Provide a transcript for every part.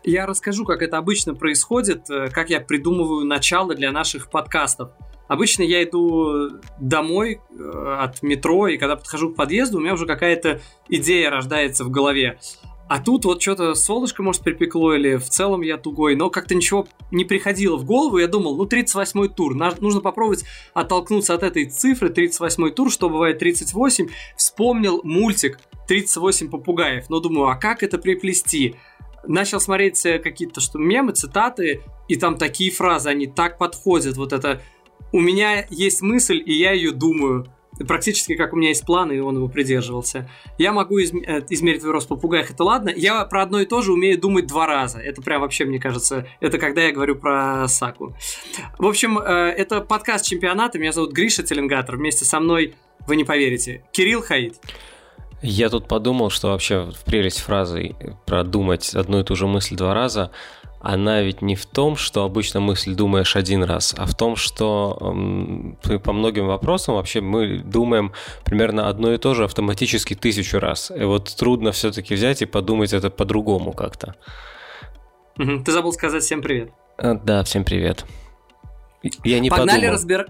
Я расскажу, как это обычно происходит, как я придумываю начало для наших подкастов. Обычно я иду домой от метро, и когда подхожу к подъезду, у меня уже какая-то идея рождается в голове. А тут вот что-то солнышко, может, припекло, или в целом я тугой, но как-то ничего не приходило в голову. Я думал, 38-й тур, нужно попробовать оттолкнуться от этой цифры, 38-й тур, что бывает 38. Вспомнил мультик «38 попугаев», но думаю, а как это приплести? Начал смотреть какие-то мемы, цитаты, и там такие фразы, они так подходят. Вот это «у меня есть мысль, и я ее думаю». Практически как у меня есть план, и он его придерживался. Я могу измерить твой рост в попугаях, это ладно. Я про одно и то же умею думать 2 раза. Это прям вообще, мне кажется, это когда я говорю про Саку. В общем, это подкаст чемпионата. Меня зовут Гриша Теленгатор. Вместе со мной, вы не поверите, Кирилл Хаид. Я тут подумал, что вообще в прелесть фразы продумать одну и ту же мысль 2 раза, она ведь не в том, что обычно мысль думаешь 1 раз, а в том, что по многим вопросам вообще мы думаем примерно одно и то же автоматически 1000 раз. И вот трудно все-таки взять и подумать это по-другому как-то. Ты забыл сказать всем привет. Да, всем привет. Я не Погнали подумал. разбирать.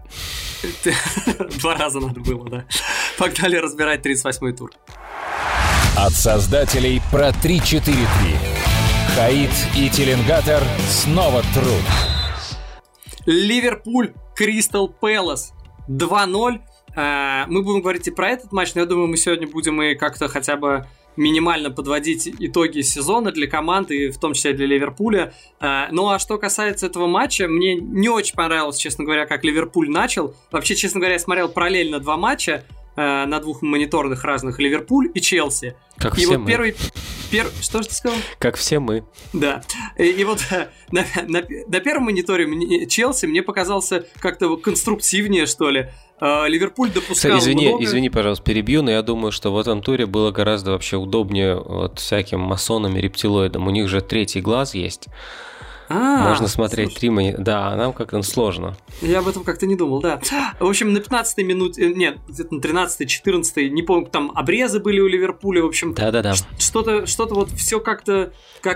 2 раза надо было, да. Погнали разбирать 38-й тур. От создателей про 3-4-3. Хаид и Теленгатор снова труд. Ливерпуль, Кристал Пэлас 2-0. Мы будем говорить и про этот матч, но я думаю, мы сегодня будем и как-то хотя бы минимально подводить итоги сезона для команды, и в том числе для Ливерпуля. Ну а что касается этого матча, мне не очень понравилось, честно говоря, как Ливерпуль начал. Вообще, честно говоря, я смотрел параллельно 2 матча на 2 мониторных разных, Ливерпуль и Челси. Как и все вот мы. первый... Что же ты сказал? Как все мы. Да. И вот на первом мониторе Челси мне показался как-то конструктивнее, что ли. Ливерпуль допускал много... Извини, пожалуйста, перебью, но я думаю, что в этом туре было гораздо вообще удобнее вот всяким масонам и рептилоидам. У них же 3-й глаз есть. Можно смотреть 3 монитора. Да, а нам как-то сложно. Я об этом как-то не думал, да. В общем, на 15-й минуте, нет, где-то на 13-й, 14-й, не помню, там обрезы были у Ливерпуля, в общем. Да-да-да. Что-то вот все как-то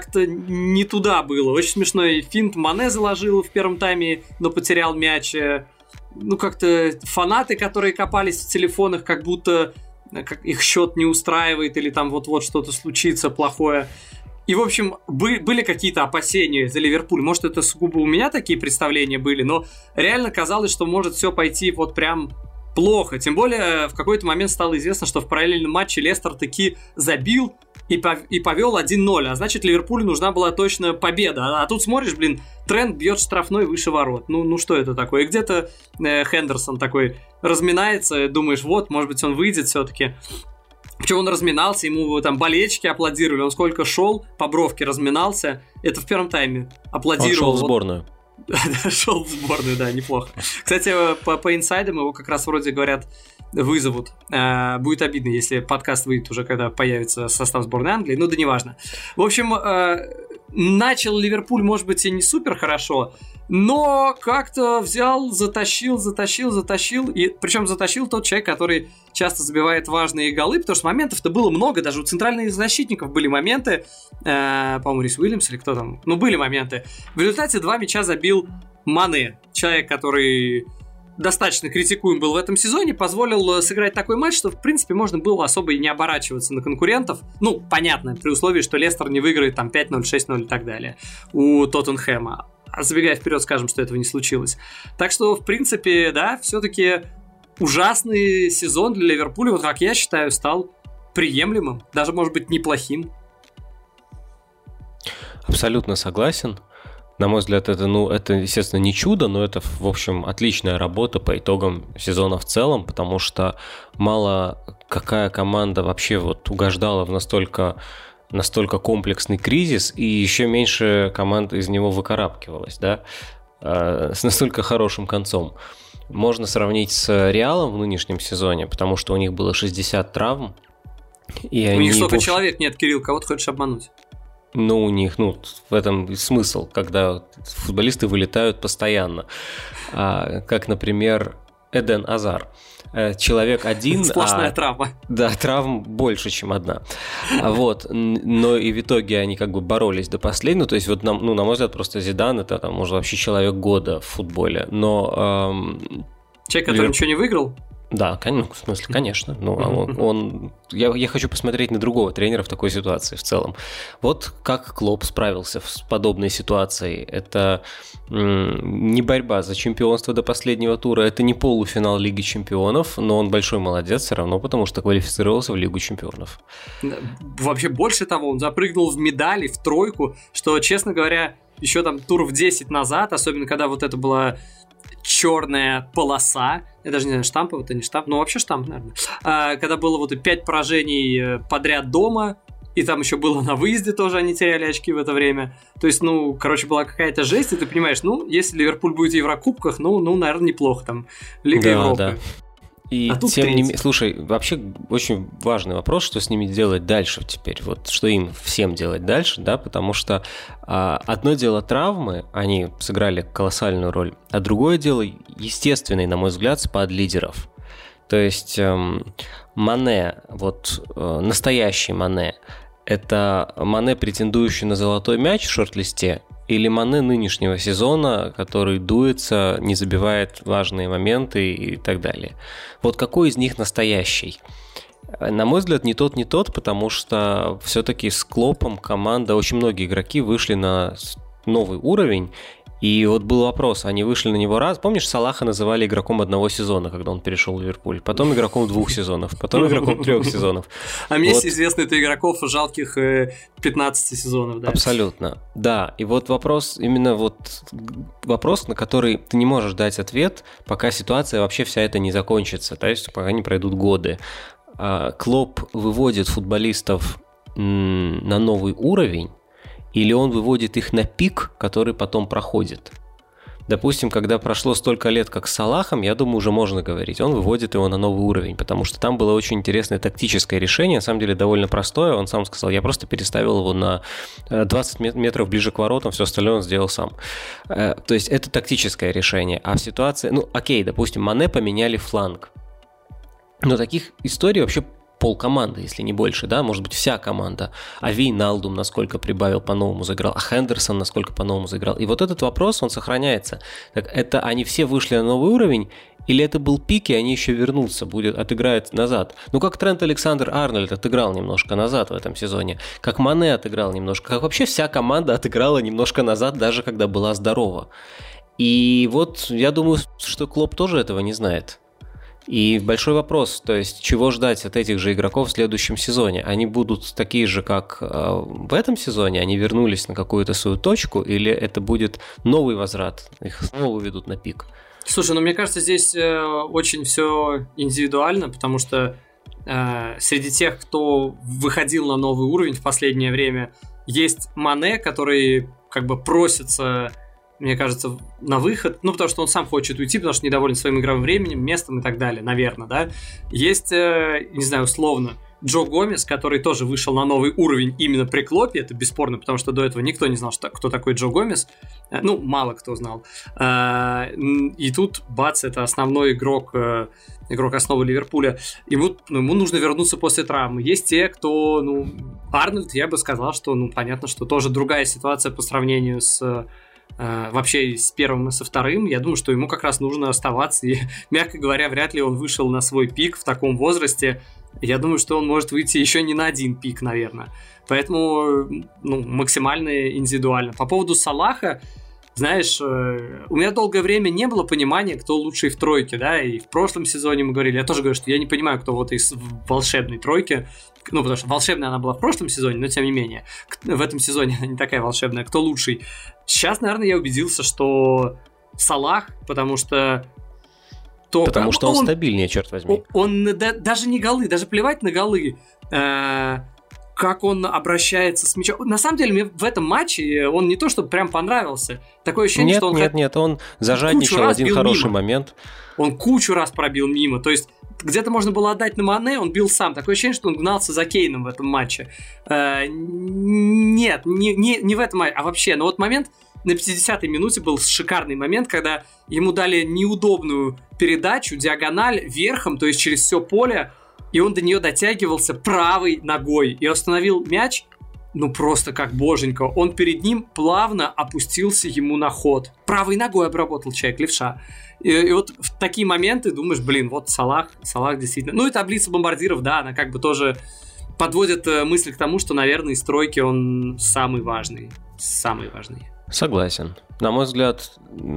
не туда было. Очень смешной финт Мане заложил в первом тайме, но потерял мяч. Ну, как-то фанаты, которые копались в телефонах, как будто их счет не устраивает или там вот-вот что-то случится плохое. И, в общем, были какие-то опасения за Ливерпуль. Может, это сугубо у меня такие представления были, но реально казалось, что может все пойти вот прям плохо. Тем более, в какой-то момент стало известно, что в параллельном матче Лестер таки забил и повел 1-0. А значит, Ливерпулю нужна была точно победа. А тут смотришь, Трент бьет штрафной выше ворот. Ну что это такое? И где-то Хендерсон такой разминается, думаешь, вот, может быть, он выйдет все-таки. Причем он разминался, ему там болельщики аплодировали, он сколько шел, по бровке разминался. Это в первом тайме. Аплодировал. Он шел в сборную. Шел в сборную, да, неплохо. Кстати, по инсайдам его как раз вроде говорят вызовут. Будет обидно, если подкаст выйдет уже, когда появится состав сборной Англии. Ну да неважно. В общем, начал Ливерпуль, может быть, и не супер хорошо, но как-то взял, затащил. И причем затащил тот человек, который часто забивает важные голы, потому что моментов-то было много, даже у центральных защитников были моменты. По-моему, Рис Уильямс или кто там. Ну, были моменты. В результате 2 мяча забил Мане. Человек, который достаточно критикуем был в этом сезоне, позволил сыграть такой матч, что, в принципе, можно было особо и не оборачиваться на конкурентов. Ну, понятно, при условии, что Лестер не выиграет там 5-0, 6-0 и так далее у Тоттенхэма. А забегая вперед, скажем, что этого не случилось. Так что, в принципе, да, все-таки ужасный сезон для Ливерпуля, вот как я считаю, стал приемлемым, даже, может быть, неплохим. Абсолютно согласен. На мой взгляд, это, естественно, не чудо, но это, в общем, отличная работа по итогам сезона в целом, потому что мало какая команда вообще вот угождала в настолько комплексный кризис, и еще меньше команд из него выкарабкивалась, да, с настолько хорошим концом. Можно сравнить с Реалом в нынешнем сезоне, потому что у них было 60 травм. И у них столько человек нет, Кирилл, кого ты хочешь обмануть? Ну, у них, в этом смысл, когда футболисты вылетают постоянно. Как, например, Эден Азар. Человек один... Сплошная травма. Да, травм больше, чем одна. Вот. Но и в итоге они как бы боролись до последнего. То есть, вот, на мой взгляд, просто Зидан — это там, может, вообще человек года в футболе. Но... Человек, который ничего не выиграл? Да, в смысле, конечно. Я хочу посмотреть на другого тренера в такой ситуации в целом. Вот как Клоп справился с подобной ситуацией. Это не борьба за чемпионство до последнего тура, это не полуфинал Лиги чемпионов, но он большой молодец все равно, потому что квалифицировался в Лигу чемпионов. Вообще, больше того, он запрыгнул в медали, в тройку, что, честно говоря, еще там туров 10 назад, особенно когда вот это была... черная полоса, я даже не знаю, штамп это не штамп, но вообще штамп, наверное, когда было вот 5 поражений подряд дома, и там еще было на выезде тоже, они теряли очки в это время, то есть, была какая-то жесть, и ты понимаешь, если Ливерпуль будет в Еврокубках, наверное, неплохо, там, Лига Европы. Да. И тем не менее, слушай, вообще очень важный вопрос, что с ними делать дальше теперь, вот что им всем делать дальше, да, потому что одно дело травмы, они сыграли колоссальную роль, а другое дело естественный, на мой взгляд, спад лидеров. То есть Мане, настоящий Мане, это Мане, претендующий на золотой мяч в шорт-листе, или Мане нынешнего сезона, который дуется, не забивает важные моменты и так далее. Вот какой из них настоящий? На мой взгляд, ни тот, потому что все-таки с Клопом команда, очень многие игроки вышли на новый уровень. И вот был вопрос, они вышли на него раз. Помнишь, Салаха называли игроком одного сезона, когда он перешел в Ливерпуль, потом игроком 2 сезонов, потом игроком 3 сезонов. А Месси известный это игроков жалких 15 сезонов, да? Абсолютно, да. И вот вопрос, вопрос, на который ты не можешь дать ответ, пока ситуация вообще вся эта не закончится, то есть пока не пройдут годы. Клоп выводит футболистов на новый уровень, или он выводит их на пик, который потом проходит. Допустим, когда прошло столько лет, как с Салахом, я думаю, уже можно говорить, он выводит его на новый уровень, потому что там было очень интересное тактическое решение, на самом деле довольно простое, он сам сказал, я просто переставил его на 20 метров ближе к воротам, все остальное он сделал сам. То есть это тактическое решение, а в ситуации, допустим, Мане поменяли фланг, но таких историй вообще полкоманды, если не больше, да, может быть, вся команда. А Вейналдум насколько прибавил, по-новому заиграл, а Хендерсон насколько по-новому заиграл. И вот этот вопрос, он сохраняется. Так это они все вышли на новый уровень, или это был пик, и они еще вернутся, отыграют назад? Как Трент Александр-Арнольд отыграл немножко назад в этом сезоне, как Мане отыграл немножко, как вообще вся команда отыграла немножко назад, даже когда была здорова. И вот я думаю, что Клоп тоже этого не знает. И большой вопрос, то есть чего ждать от этих же игроков в следующем сезоне? Они будут такие же, как в этом сезоне? Они вернулись на какую-то свою точку? Или это будет новый возврат? Их снова выведут на пик? Слушай, мне кажется, здесь очень все индивидуально, потому что среди тех, кто выходил на новый уровень в последнее время, есть Мане, который как бы просится... мне кажется, на выход, потому что он сам хочет уйти, потому что недоволен своим игровым временем, местом и так далее, наверное, да. Есть, не знаю, условно, Джо Гомес, который тоже вышел на новый уровень именно при Клопе, это бесспорно, потому что до этого никто не знал, кто такой Джо Гомес, мало кто знал. И тут, бац, это основной игрок основы Ливерпуля, ему нужно вернуться после травмы. Есть те, кто, Арнольд, я бы сказал, что, понятно, что тоже другая ситуация по сравнению с... вообще с первым и со вторым, я думаю, что ему как раз нужно оставаться, и, мягко говоря, вряд ли он вышел на свой пик в таком возрасте. Я думаю, что он может выйти еще не на один пик, наверное. Поэтому, максимально индивидуально. По поводу Салаха, знаешь, у меня долгое время не было понимания, кто лучший в тройке, да, и в прошлом сезоне мы говорили, я тоже говорю, что я не понимаю, кто вот из волшебной тройки, потому что волшебная она была в прошлом сезоне, но тем не менее, в этом сезоне она не такая волшебная, кто лучший. Сейчас, наверное, я убедился, что Салах, потому что он стабильнее, черт возьми. Он даже не голы, даже плевать на голы, как он обращается с мячом. На самом деле, мне в этом матче он не то, что прям понравился. Такое ощущение, что он... Нет, он зажадничал один хороший момент. Он кучу раз пробил мимо. То есть, где-то можно было отдать на Мане, он бил сам. Такое ощущение, что он гнался за Кейном в этом матче. Нет, не в этом матче, а вообще. Но вот момент... на 50-й минуте был шикарный момент, когда ему дали неудобную передачу, диагональ, верхом, то есть через все поле, и он до нее дотягивался правой ногой и остановил мяч, ну просто как боженька. Он перед ним плавно опустился ему на ход. Правой ногой обработал человек, левша. И вот в такие моменты думаешь, блин, вот Салах действительно... Ну и таблица бомбардиров, да, она как бы тоже подводит мысль к тому, что, наверное, из тройки он самый важный. Самый важный. Согласен. На мой взгляд,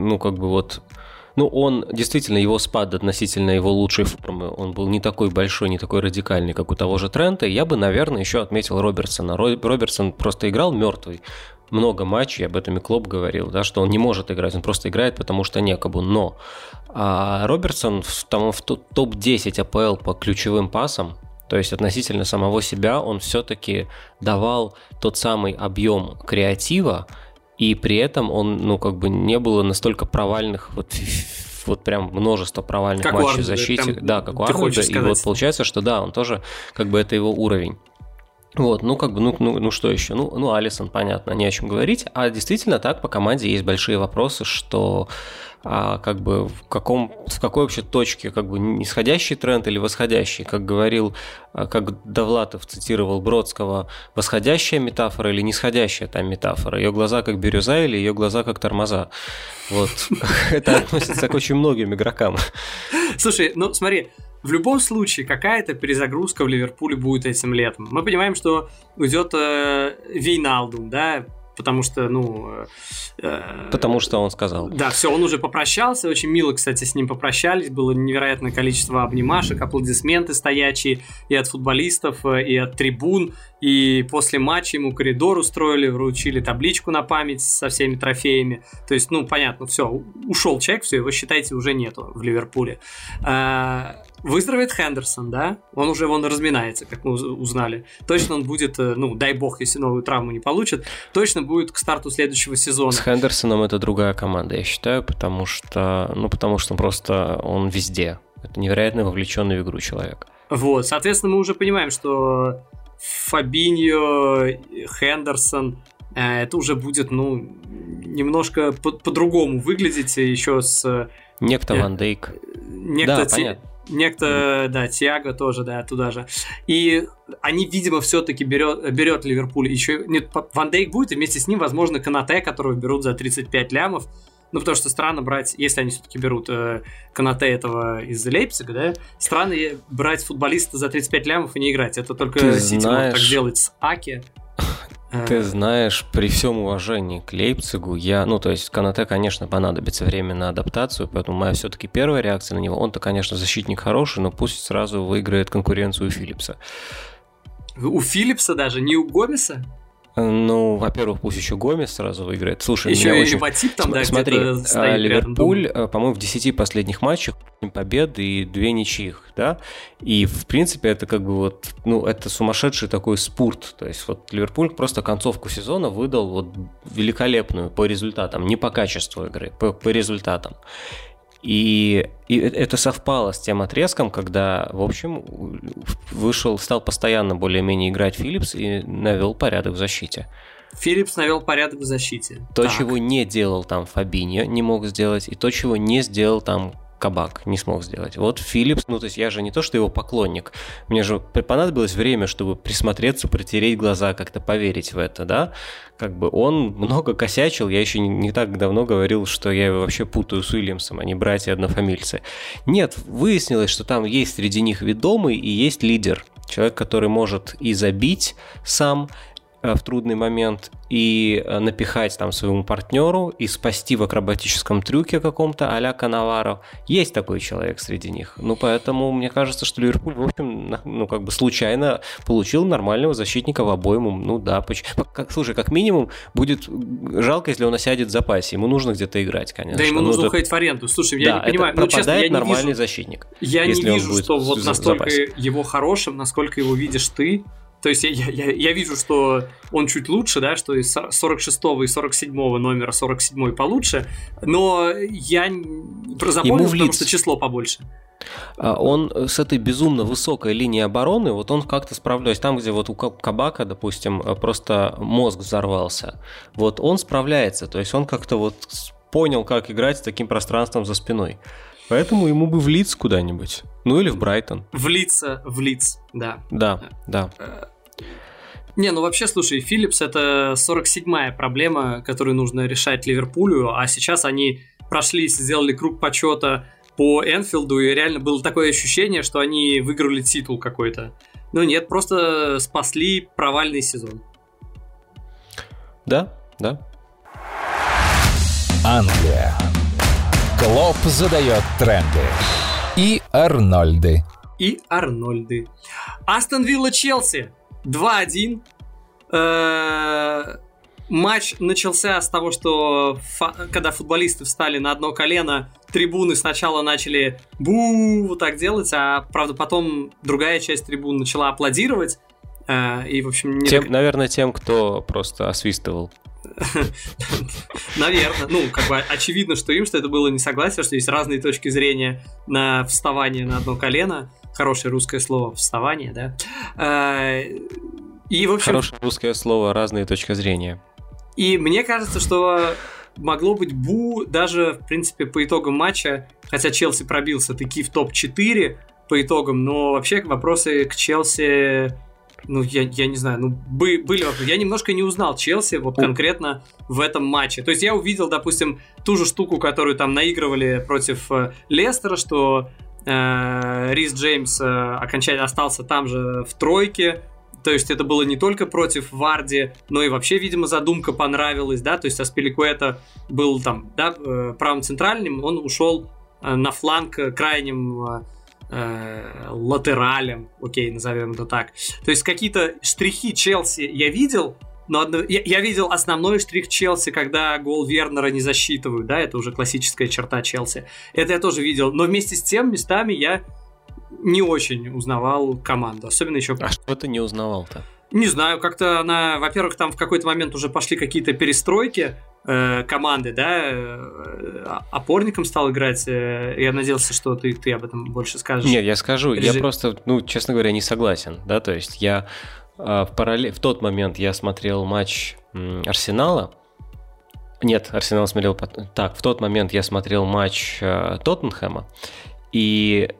он действительно, его спад относительно его лучшей формы, он был не такой большой, не такой радикальный, как у того же Трента. Я бы, наверное, еще отметил Робертсона. Робертсон просто играл мертвый. Много матчей, об этом и Клоп говорил, да, что он не может играть, он просто играет, потому что некому. Но Робертсон в топ-10 АПЛ по ключевым пасам, то есть относительно самого себя, он все-таки давал тот самый объем креатива, и при этом он, не было настолько провальных, вот прям множество провальных как матчей в защите. Да, как у Арнольда. И вот получается, что да, он тоже, это его уровень. Вот, что еще? Алисон, понятно, не о чем говорить. А действительно так, по команде есть большие вопросы, что в какой вообще точке, нисходящий тренд или восходящий? Как Довлатов цитировал Бродского, восходящая метафора или нисходящая там метафора? Ее глаза как бирюза или ее глаза как тормоза? Вот, это относится к очень многим игрокам. Слушай, смотри, в любом случае, какая-то перезагрузка в Ливерпуле будет этим летом. Мы понимаем, что уйдет Вейналдум, да, потому что, потому что он сказал. Да, все, он уже попрощался, очень мило, кстати, с ним попрощались, было невероятное количество обнимашек, аплодисменты стоячие и от футболистов, и от трибун, и после матча ему коридор устроили, вручили табличку на память со всеми трофеями, то есть, понятно, все, ушел человек, все, его, считайте, уже нету в Ливерпуле. Выздоровеет Хендерсон, да? Он уже разминается, как мы узнали. Точно он будет, дай бог, если новую травму не получит, точно будет к старту следующего сезона. С Хендерсоном это другая команда, я считаю, потому что просто он везде. Это невероятно вовлеченный в игру человек. Вот, соответственно, мы уже понимаем, что Фабиньо, Хендерсон, это уже будет, немножко по-другому выглядеть еще с... Некто Ван Дейк. Да, понятно. Некто, Тиаго тоже, да, туда же. И они, видимо, все-таки берет Ливерпуль еще... Нет, Ван Дейк будет, и вместе с ним, возможно, Канате, которого берут за 35 лямов. Потому что странно брать, если они все-таки берут Канате этого из Лейпцига, да, странно брать футболиста за 35 лямов и не играть. Это только Сити может так делать с Аки. Ты знаешь, при всем уважении к Лейпцигу, Канате, конечно, понадобится время на адаптацию, поэтому моя все-таки первая реакция на него, он-то, конечно, защитник хороший, но пусть сразу выиграет конкуренцию у Филлипса. У Филлипса даже, не у Гомеса? Во-первых, пусть еще Гомес сразу выиграет. Слушай, еще и Матип там, да, смотри, где-то стоит Ливерпуль, рядом. по-моему, в 10 последних матчах победы и 2 ничьих, да? И, в принципе, это это сумасшедший такой спорт. То есть, Ливерпуль просто концовку сезона выдал великолепную по результатам, не по качеству игры, по результатам. И это совпало с тем отрезком, когда, в общем, стал постоянно более-менее играть Филлипс и навел порядок в защите. Филлипс навел порядок в защите. Чего не делал там Фабиньо, не мог сделать, и то, чего не сделал там Кабак, не смог сделать. Вот Филлипс, то есть я же не то, что его поклонник, мне же понадобилось время, чтобы присмотреться, протереть глаза, как-то поверить в это, да? Он много косячил, я еще не так давно говорил, что я его вообще путаю с Уильямсом, они братья-однофамильцы. Нет, выяснилось, что там есть среди них ведомый и есть лидер, человек, который может и забить сам в трудный момент, и напихать там своему партнеру, и спасти в акробатическом трюке каком-то а-ля Канаваро. Есть такой человек среди них. Поэтому мне кажется, что Ливерпуль, в общем, случайно получил нормального защитника в обойму. Слушай, как минимум, будет жалко, если он осядет в запасе. Ему нужно где-то играть, конечно. Да, ему нужно уходить в аренду. Слушай, я не понимаю. Честно, я нормальный не вижу, защитник. Я не вижу, что настолько его хорошим, насколько его видишь ты. То есть я вижу, что он чуть лучше, да, что из 46-го и 47-го номера 47-й получше, но я запомнил, потому что число побольше. Он с этой безумно высокой линией обороны, вот он как-то справляется. Там, где вот у Кабака, допустим, просто мозг взорвался, вот он справляется. То есть он как-то вот понял, как играть с таким пространством за спиной. Поэтому ему бы в Лидс куда-нибудь. Ну или в Брайтон. В Лидс, да. Да. Не, ну вообще, слушай, Филлипс — это 47-я проблема, которую нужно решать Ливерпулю, а сейчас они прошлись, сделали круг почета по Энфилду, и реально было такое ощущение, что они выиграли титул какой-то. Но нет, просто спасли провальный сезон. Да. Англия. Клоп задает тренды. И Арнольды. Астон Вилла Челси 2-1. Матч начался с того, что когда футболисты встали на одно колено, трибуны сначала начали вот так делать, а правда потом другая часть трибун начала аплодировать. И, в общем, наверное, тем, кто просто освистывал. Наверное. Ну, как бы очевидно, что это было несогласие, что есть разные точки зрения на вставание на одно колено. Хорошее русское слово «вставание», да? И, в общем... Хорошее русское слово «разные точки зрения». И мне кажется, что могло быть даже, в принципе, по итогам матча, хотя Челси пробился таки в топ-4 по итогам, но вообще вопросы к Челси... Ну, я не знаю, были вопросы. Я немножко не узнал Челси вот конкретно в этом матче. То есть я увидел, допустим, ту же штуку, которую там наигрывали против Лестера, что Рис Джеймс окончательно остался там же в тройке. То есть это было не только против Варди, но и вообще, видимо, задумка понравилась, да, то есть Аспиликуэта был там, да, правым центральным, он ушел на фланг крайним латералем, окей, назовем это так. То есть какие-то штрихи Челси я видел, но я видел основной штрих Челси, когда гол Вернера не засчитывают, да, это уже классическая черта Челси. Это я тоже видел, но вместе с тем местами я не очень узнавал команду, особенно еще... А что ты не узнавал-то? Не знаю, как-то она... Во-первых, там в какой-то момент уже пошли какие-то перестройки команды, да, опорником стал играть. Я надеялся, что ты об этом больше скажешь. Нет, я скажу. Я просто, честно говоря, не согласен, да, то есть я в тот момент я смотрел матч Арсенала. Нет, Арсенал смотрел... Так, в тот момент я смотрел матч Тоттенхэма, и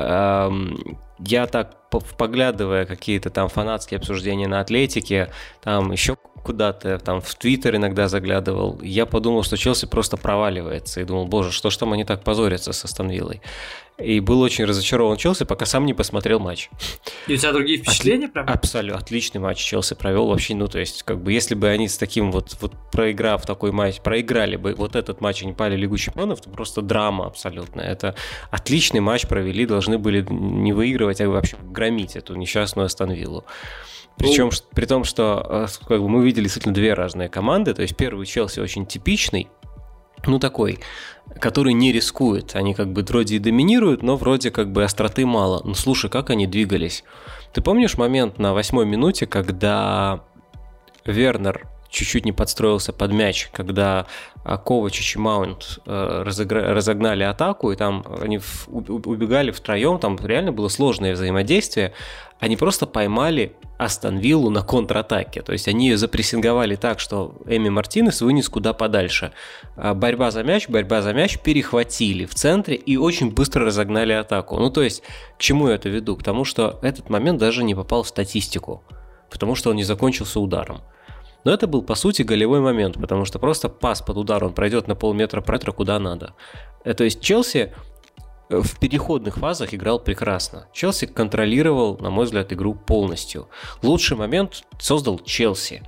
я так, поглядывая какие-то там фанатские обсуждения на Атлетике, там еще куда-то, там в Твиттер иногда заглядывал, я подумал, что Челси просто проваливается, и думал, боже, что ж там они так позорятся с Астон Виллой. И был очень разочарован Челси, пока сам не посмотрел матч. И у тебя другие впечатления, правда? Абсолютно. Отличный матч Челси провел вообще, то есть, как бы, если бы они с таким вот проиграв такой матч, проиграли бы вот этот матч, они пали в Лигу Чемпионов, то просто драма абсолютная. Это отличный матч провели, должны были не выигрывать, а вообще громить эту несчастную Астон Виллу. Причем, при том, что как бы, мы видели действительно две разные команды, то есть первый Челси очень типичный, такой, который не рискует. Они как бы вроде и доминируют, но вроде как бы остроты мало. Ну, слушай, как они двигались. Ты помнишь момент на 8-й минуте, когда Вернер чуть-чуть не подстроился под мяч, когда Ковачич и Маунт разогнали атаку, и там они убегали втроем, там реально было сложное взаимодействие. Они просто поймали Астон Виллу на контратаке. То есть они ее запрессинговали так, что Эми Мартинес вынес куда подальше. Борьба за мяч, перехватили в центре и очень быстро разогнали атаку. То есть, к чему я это веду? К тому, что этот момент даже не попал в статистику, потому что он не закончился ударом. Но это был, по сути, голевой момент, потому что просто пас под удар, он пройдет на полметра куда надо. То есть Челси в переходных фазах играл прекрасно. Челси контролировал, на мой взгляд, игру полностью. Лучший момент создал Челси.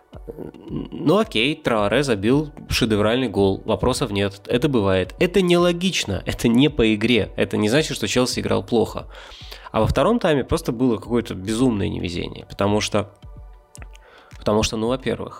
Окей, Траоре забил шедевральный гол, вопросов нет, это бывает. Это нелогично, это не по игре, это не значит, что Челси играл плохо. А во втором тайме просто было какое-то безумное невезение, потому что, во-первых,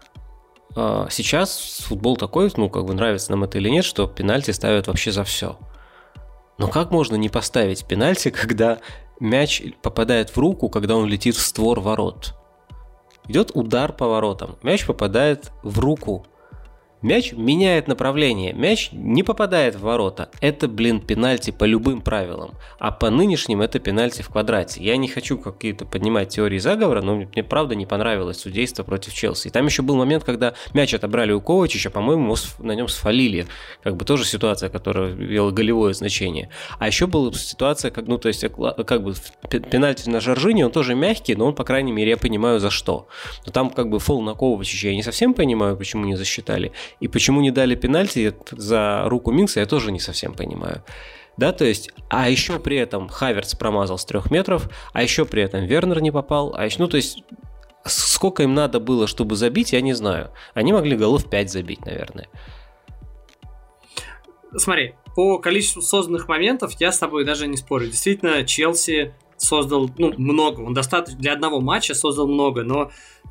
сейчас футбол такой, нравится нам это или нет, что пенальти ставят вообще за все. Но как можно не поставить пенальти, когда мяч попадает в руку, когда он летит в створ ворот? Идет удар по воротам, мяч попадает в руку. Мяч меняет направление, мяч не попадает в ворота. Это, пенальти по любым правилам. А по нынешним это пенальти в квадрате. Я не хочу какие-то поднимать теории заговора, но мне правда не понравилось судейство против Челси. И там еще был момент, когда мяч отобрали у Ковачича, по-моему, на нем сфалили. Как бы тоже ситуация, которая имела голевое значение. А еще была ситуация, пенальти на Жоржиньо, он тоже мягкий, но он, по крайней мере, я понимаю, за что. Но там фол на Ковачича я не совсем понимаю, почему не засчитали. И почему не дали пенальти за руку Минкса, я тоже не совсем понимаю. Да, то есть, а еще при этом Хаверц промазал с 3 метров, а еще при этом Вернер не попал, то есть, сколько им надо было, чтобы забить, я не знаю. Они могли голов 5 забить, наверное. Смотри, по количеству созданных моментов я с тобой даже не спорю. Действительно, Челси создал много. Он достаточно для одного матча создал много, но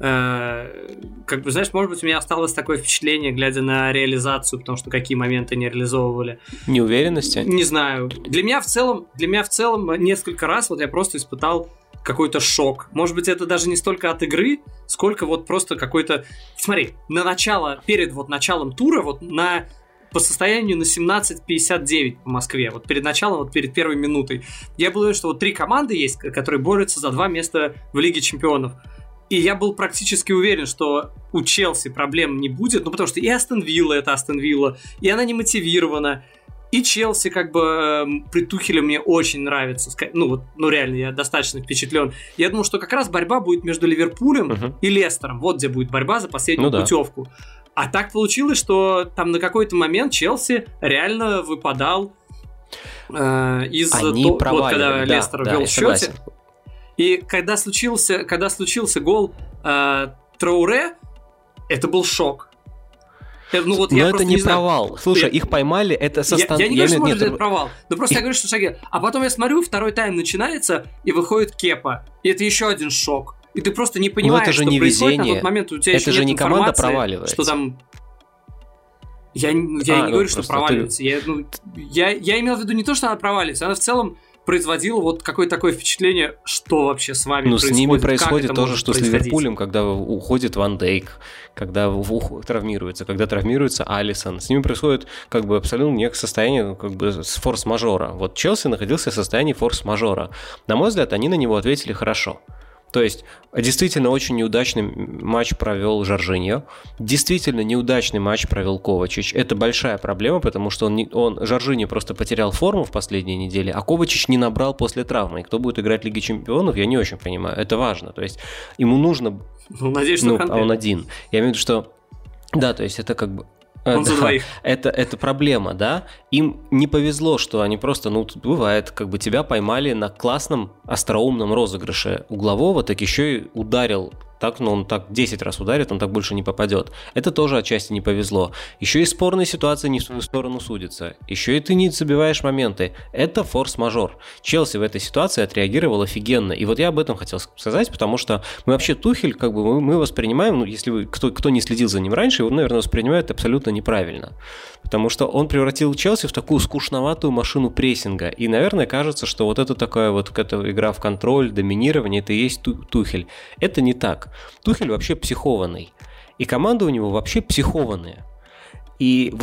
знаешь, может быть, у меня осталось такое впечатление, глядя на реализацию, потому что какие моменты не реализовывали. Неуверенности? Не знаю. Для меня в целом несколько раз я просто испытал какой-то шок. Может быть, это даже не столько от игры, сколько просто какой-то... Смотри, перед началом тура, по состоянию на 17:59 по Москве, перед началом, перед первой минутой, я был уверен, что 3 команды есть, которые борются за 2 места в Лиге Чемпионов. И я был практически уверен, что у Челси проблем не будет, потому что и Астон Вилла это Астон Вилла, и она не мотивирована, и Челси при Тухеле мне очень нравится. Реально, я достаточно впечатлен. Я думал, что как раз борьба будет между Ливерпулем и Лестером. Вот где будет борьба за последнюю путевку. А так получилось, что там на какой-то момент Челси реально выпадал когда Лестер вел в счете. И когда случился гол Трауре, это был шок. Но это не провал. Слушай, их поймали, это Я не говорю, что может быть провал. Но просто я говорю, что шаги. А потом я смотрю, второй тайм начинается, и выходит Кепа. И это еще один шок. И ты просто не понимаешь, что не происходит на тот момент. У тебя это еще же нет не команда информации, проваливается. Что там... Я не говорю, что проваливается. Я имел в виду не то, что она проваливается, она в целом производила какое-то такое впечатление, что вообще с вами происходит. С ними происходит то же, что с Ливерпулем, когда уходит Ван Дейк, когда травмируется, Алисон. С ними происходит абсолютно некое состояние с форс-мажора. Челси находился в состоянии форс-мажора. На мой взгляд, они на него ответили хорошо. То есть, действительно очень неудачный матч провел Жоржиньо, действительно неудачный матч провел Ковачич. Это большая проблема, потому что Жоржиньо просто потерял форму в последние недели, а Ковачич не набрал после травмы. И кто будет играть в Лиге Чемпионов, я не очень понимаю. Это важно. То есть, ему нужно... надеюсь, что а он один. Я имею в виду, что... Да, то есть, это Он за двоих. Это проблема, да? Им не повезло, что они просто, бывает, тебя поймали на классном остроумном розыгрыше углового, так еще и ударил так, он так 10 раз ударит, он так больше не попадет. Это тоже отчасти не повезло. Еще и спорные ситуации не в свою сторону судятся. Еще и ты не забиваешь моменты. Это форс-мажор. Челси в этой ситуации отреагировал офигенно. И я об этом хотел сказать, потому что мы вообще Тухель, мы воспринимаем, если вы, кто не следил за ним раньше, его, наверное, воспринимает абсолютно неправильно. Потому что он превратил Челси в такую скучноватую машину прессинга. И, наверное, кажется, что это такая эта игра в контроль, доминирование, это и есть Тухель. Это не так. Тухель вообще психованный. И команда у него вообще психованная. И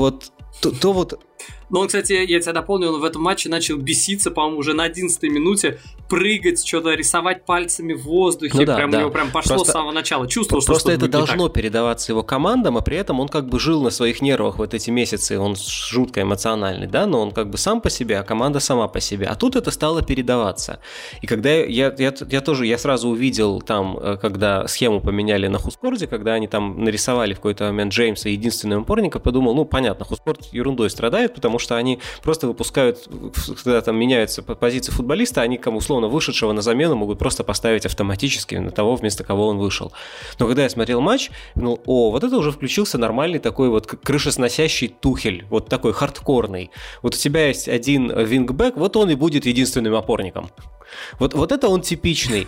он, кстати, я тебя дополню, он в этом матче начал беситься, по-моему, уже на 11-й минуте, прыгать, что-то рисовать пальцами в воздухе. У него прям пошло с самого начала. Чувствовал, что просто это должно передаваться его командам, а при этом он жил на своих нервах эти месяцы, он жутко эмоциональный, да, но он сам по себе, а команда сама по себе. А тут это стало передаваться. И когда я сразу увидел там, когда схему поменяли на Хускорде, когда они там нарисовали в какой-то момент Джеймса единственного опорника, подумал, понятно, Хускорд ерундой страдает, потому что они просто выпускают, когда там меняются позиции футболиста, они условно вышедшего на замену могут просто поставить автоматически на того, вместо кого он вышел. Но когда я смотрел матч, думал, это уже включился нормальный такой крышесносящий Тухель, такой хардкорный. У тебя есть один вингбэк, он и будет единственным опорником. Это он типичный.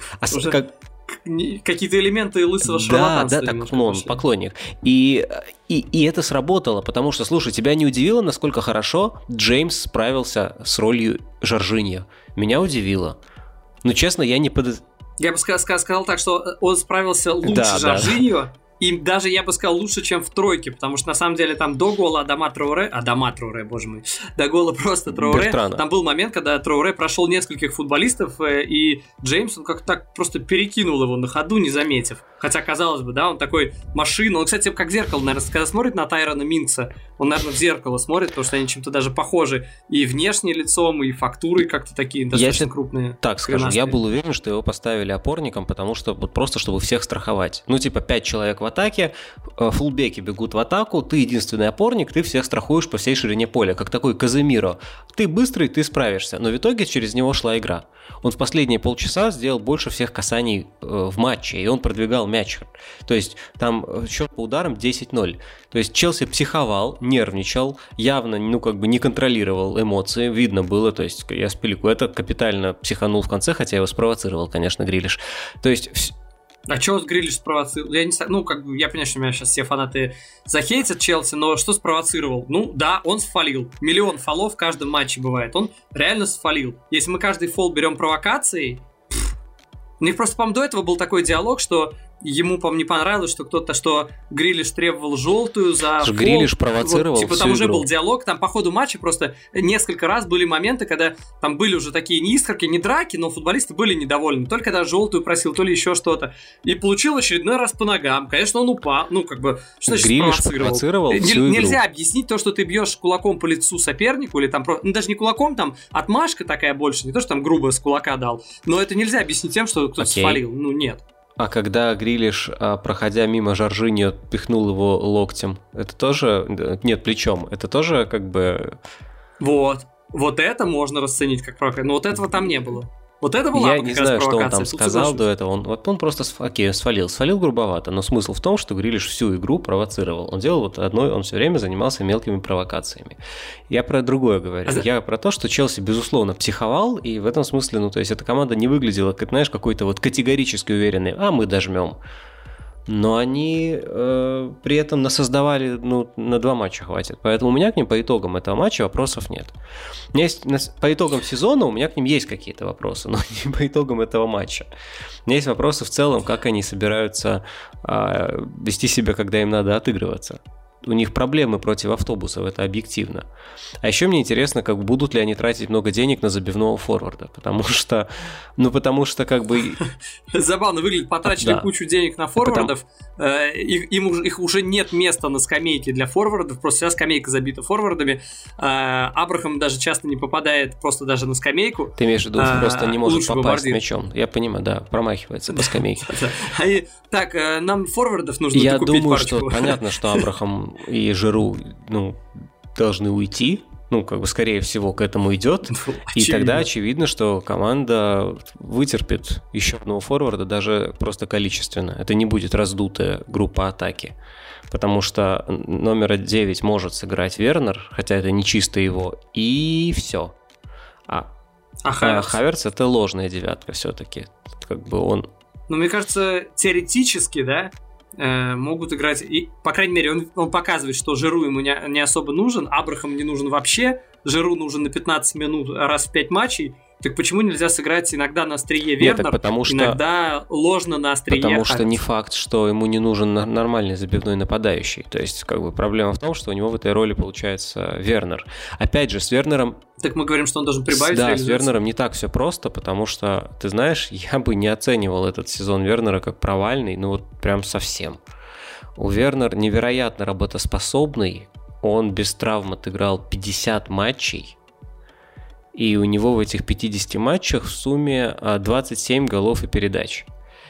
Какие-то элементы лысого шарлатанства. Да, он поклонник. И это сработало, потому что, слушай, тебя не удивило, насколько хорошо Джеймс справился с ролью Жоржиньо? Меня удивило. Честно, я не Я бы сказал так, что он справился лучше Жоржиньо И даже, я бы сказал, лучше, чем в тройке, потому что, на самом деле, там до гола Адама Траоре, боже мой, до гола просто Траоре, Бертрана. Там был момент, когда Траоре прошел нескольких футболистов, и Джеймс, он как-то так просто перекинул его на ходу, не заметив. Хотя, казалось бы, да, он такой машина. Он, кстати, как зеркало, наверное, когда смотрит на Тайрона Минкса, он, наверное, в зеркало смотрит, потому что они чем-то даже похожи и внешне лицом, и фактурой как-то такие достаточно крупные. Так скажу, я был уверен, что его поставили опорником, потому что вот просто, чтобы всех страховать. Ну, типа, 5 человек в атаке, фулбеки бегут в атаку, ты единственный опорник, ты всех страхуешь по всей ширине поля, как такой Каземиро. Ты быстрый, ты справишься. Но в итоге через него шла игра. Он в последние полчаса сделал больше всех касаний в матче, и он продвигал мяч. То есть там счет по ударам 10-0. То есть Челси психовал, нервничал, явно, не контролировал эмоции, видно было, то есть я Спиликуэта капитально психанул в конце, хотя его спровоцировал, конечно, Грилиш. То есть... А что Грилиш спровоцировал? Я не знаю, я понимаю, что меня сейчас все фанаты захейтят Челси, но что спровоцировал? Да, он сфалил. 1 миллион фолов в каждом матче бывает. Он реально сфалил. Если мы каждый фол берем провокацией, у них просто, по-моему, до этого был такой диалог, что ему, по-моему, не понравилось, что Грилиш требовал желтую за фол. Грилиш провоцировал всю там уже игру. был диалог, там по ходу матча просто несколько раз были моменты, когда там были уже такие не искорки, не драки, но футболисты были недовольны. То ли когда желтую просил, то ли еще что-то. И получил очередной раз по ногам. Конечно, он упал. Что значит Грилиш провоцировал всю игру. Нельзя объяснить то, что ты бьешь кулаком по лицу сопернику, или там даже не кулаком, там отмашка такая больше, не то, что там грубо с кулака дал. Но это нельзя объяснить тем, что кто-то свалил. Нет. А когда Грилиш, проходя мимо Жоржиньо, пихнул его локтем, это тоже... Нет, плечом. Это тоже как бы... Вот это можно расценить как провокация. Но вот этого там не было. Вот это была Я не знаю, что он там сказал соглашусь. до этого. Он просто свалил грубовато. Но смысл в том, что Грилиш всю игру провоцировал. Он делал он все время занимался мелкими провокациями. Я про другое говорю. Я про то, что Челси, безусловно, психовал, и в этом смысле, то есть эта команда не выглядела, как, знаешь, какой-то вот категорически уверенной, мы дожмем. Но они при этом насоздавали, на 2 матча хватит. Поэтому у меня к ним по итогам этого матча вопросов нет. У меня есть, по итогам сезона у меня к ним есть какие-то вопросы, но не по итогам этого матча. У меня есть вопросы в целом, как они собираются вести себя, когда им надо отыгрываться. У них проблемы против автобусов, это объективно. А еще мне интересно, будут ли они тратить много денег на забивного форварда, потому что как бы... Забавно выглядит, потратили кучу денег на форвардов, их уже нет места на скамейке для форвардов, просто вся скамейка забита форвардами, Абрахам даже часто не попадает просто даже на скамейку. Ты имеешь в виду, просто не может попасть мячом. Я понимаю, да, промахивается по скамейке. Так, нам форвардов нужно докупить парочку. Я думаю, что понятно, что Абрахам и Жиру, должны уйти, скорее всего, к этому идет. И тогда очевидно, что команда вытерпит еще одного форварда, даже просто количественно. Это не будет раздутая группа атаки. Потому что номер 9 может сыграть Вернер, хотя это не чисто его, и все. А Хаверц это ложная девятка все-таки. Он... мне кажется, теоретически, да, могут играть, и, по крайней мере, он показывает, что Жиру ему не особо нужен, Абрахам не нужен вообще, Жиру нужен на 15 минут раз в 5 матчей. Так почему нельзя сыграть иногда на острие Вернер, иногда ложно на острие Потому Хаверц? что не факт, что ему не нужен нормальный забивной нападающий. То есть, проблема в том, что у него в этой роли получается Вернер. Опять же, с Вернером... Так мы говорим, что он должен прибавить Да, с Вернером не так все просто, потому что, ты знаешь, я бы не оценивал этот сезон Вернера как провальный, прям совсем. У Вернера невероятно работоспособный, он без травм отыграл 50 матчей, и у него в этих 50 матчах в сумме 27 голов и передач.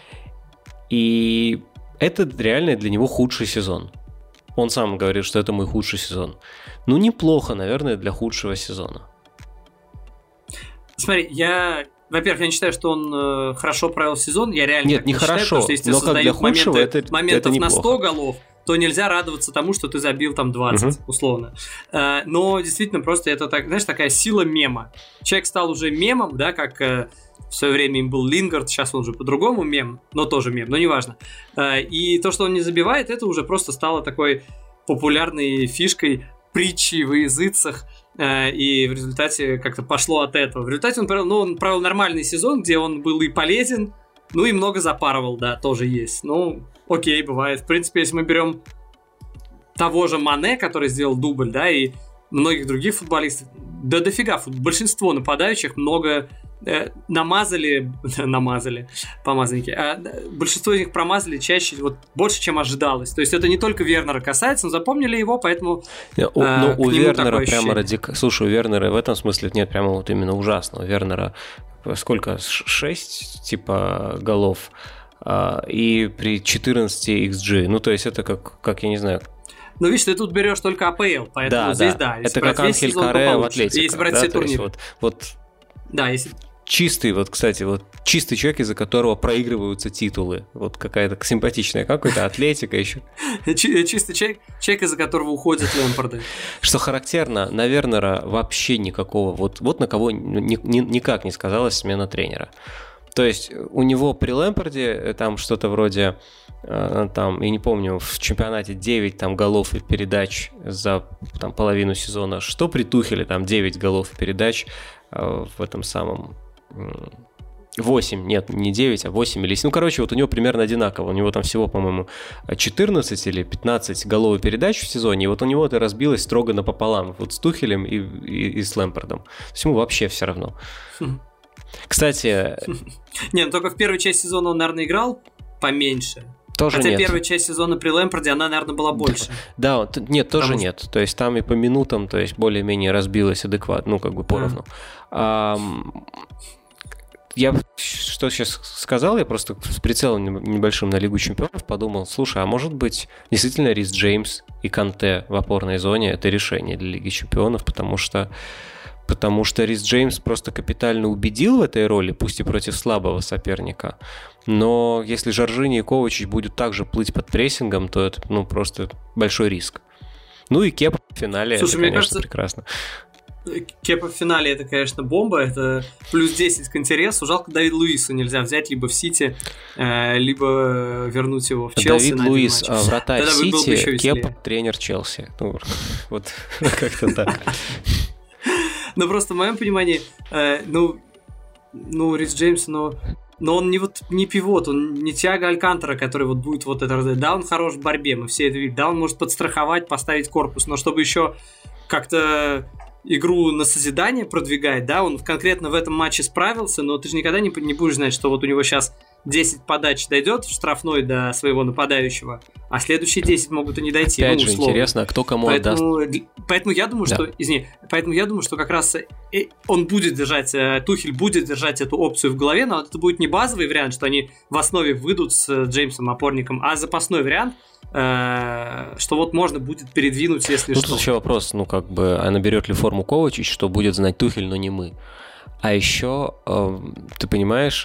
И это реально для него худший сезон. Он сам говорит, что это мой худший сезон. Неплохо, наверное, для худшего сезона. Смотри, во-первых, я не считаю, что он хорошо провел сезон. Я реально не считаю, хорошо, потому что если но как для худшего моментов это на 100 голов, то нельзя радоваться тому, что ты забил там 20, условно. Но действительно просто это, такая сила мема. Человек стал уже мемом, да, как в свое время им был Лингард, сейчас он уже по-другому мем, но тоже мем, но неважно. И то, что он не забивает, это уже просто стало такой популярной фишкой, притчей во языцах, и в результате как-то пошло от этого. В результате он провел нормальный сезон, где он был и полезен, и много запарывал, да, тоже есть. окей, бывает. В принципе, если мы берем того же Мане, который сделал дубль, да, и многих других футболистов, да дофига, большинство нападающих много намазали, помазанники, большинство из них промазали чаще, вот больше, чем ожидалось. То есть это не только Вернера касается, но запомнили его, поэтому у Вернера прямо Слушай, у Вернера в этом смысле нет прямо вот именно ужасно. У Вернера сколько? 6 типа голов и при 14 XG. Ну, то есть это как я не знаю. Ну, видишь, ты тут берешь только АПЛ, поэтому здесь, да. Это как Анхель Корре в Атлетико. Если брать все турниры. Да, если... Чистый, вот, кстати, вот чистый человек, из-за которого проигрываются титулы. Вот какая-то симпатичная, какой-то Атлетика еще. Чистый человек, из-за которого уходят Лэмпарды. Что характерно, на Вернера вообще никакого, вот на кого никак не сказалась смена тренера. То есть у него при Лэмпарде там что-то вроде, там, я не помню, в чемпионате 9 там, голов и передач за там, половину сезона, что при Тухеле там 9 голов и передач в этом самом... 8, нет, не 9, а 8 или 7. Ну, короче, вот у него примерно одинаково. У него там всего, по-моему, 14 или 15 голов и передач в сезоне, и вот у него это разбилось строго напополам. Вот с Тухелем и с Лэмпардом. То есть ему вообще все равно. Кстати... Не, ну только в первой части сезона он, наверное, играл поменьше. Тоже Хотя нет. Первая часть сезона при Лэмпарде, она, наверное, была больше. Да, нет, тоже нет. То есть там и по минутам, то есть более-менее разбилось адекватно, ну, как бы поровну. Я что сейчас сказал, я просто с прицелом небольшим на Лигу Чемпионов подумал, слушай, а может быть действительно Рис Джеймс и Канте в опорной зоне это решение для Лиги Чемпионов, потому что Рис Джеймс просто капитально убедил в этой роли, пусть и против слабого соперника, но если Жоржини и Ковачич будут также плыть под прессингом, то это просто большой риск. Ну и Кепа в финале, это, конечно, кажется... прекрасно. Кепа в финале это, конечно, бомба, это плюс 10 к интересу. Жалко, Давид Луису нельзя взять либо в Сити, либо вернуть его в Челси. Давид Луис вратарь Сити, Кепа тренер Челси. Ну, вот как-то так. Ну, просто в моем понимании, Рис Джеймс, но он не пивот, он не Тиаго Алькантара, который вот будет вот это раздать. Да, он хорош в борьбе, мы все это видим. Да, он может подстраховать, поставить корпус, но чтобы еще как-то игру на созидание продвигать, да, он конкретно в этом матче справился, но ты же никогда не будешь знать, что вот у него сейчас 10 подач дойдет в штрафной до своего нападающего, а следующие 10 могут и не дойти. Опять же, интересно, кто кому отдаст. Поэтому я думаю, что как раз он будет держать, Тухель будет держать эту опцию в голове, но это будет не базовый вариант, что они в основе выйдут с Джеймсом опорником, а запасной вариант, что вот можно будет передвинуть, если что. Тут еще вопрос, а наберет ли форму Ковачич, что будет знать Тухель, но не мы. А еще, ты понимаешь...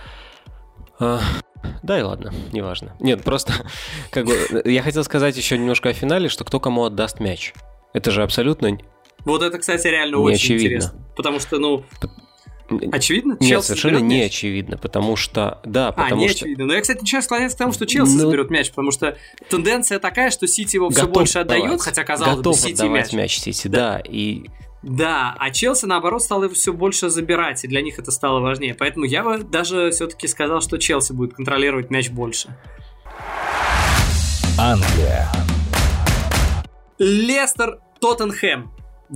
Да и ладно, неважно. Нет, просто я хотел сказать еще немножко о финале, что кто кому отдаст мяч. Это же абсолютно... Вот это, кстати, реально очень интересно. Потому что, очевидно? Нет, совершенно не очевидно, потому что... Да, не очевидно. Но я, кстати, начинаю склоняться к тому, что Челси заберет мяч, потому что тенденция такая, что Сити его все больше отдает, хотя, казалось бы, Сити мяч Сити, да, и... Да, а Челси, наоборот, стал его все больше забирать, и для них это стало важнее. Поэтому я бы даже все-таки сказал, что Челси будет контролировать мяч больше. Англия. Лестер, Тоттенхэм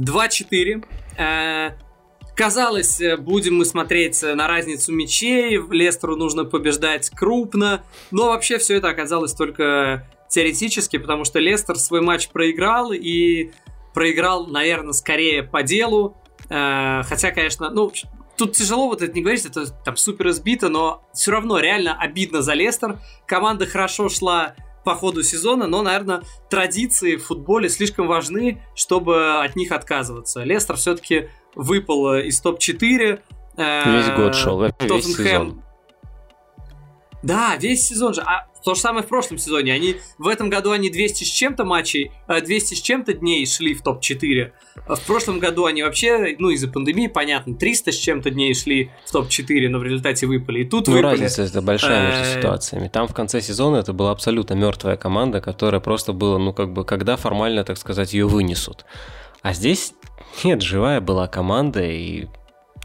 2-4. Казалось, будем мы смотреть на разницу мячей, Лестеру нужно побеждать крупно, но вообще все это оказалось только теоретически, потому что Лестер свой матч проиграл, и проиграл, наверное, скорее по делу, хотя, конечно, тут тяжело вот это не говорить, это там супер избито, но все равно реально обидно за Лестер. Команда хорошо шла по ходу сезона, но, наверное, традиции в футболе слишком важны, чтобы от них отказываться. Лестер все-таки выпал из топ-4. Весь год шел, весь сезон. Да, весь сезон же. А то же самое в прошлом сезоне. В этом году они 200 с чем-то матчей, 200 с чем-то дней шли в топ-4. В прошлом году они вообще, из-за пандемии, понятно, 300 с чем-то дней шли в топ-4, но в результате выпали. И тут выпали. Разница это большая между ситуациями. Там в конце сезона это была абсолютно мертвая команда, которая просто была, когда формально, так сказать, ее вынесут. А здесь нет, живая была команда, и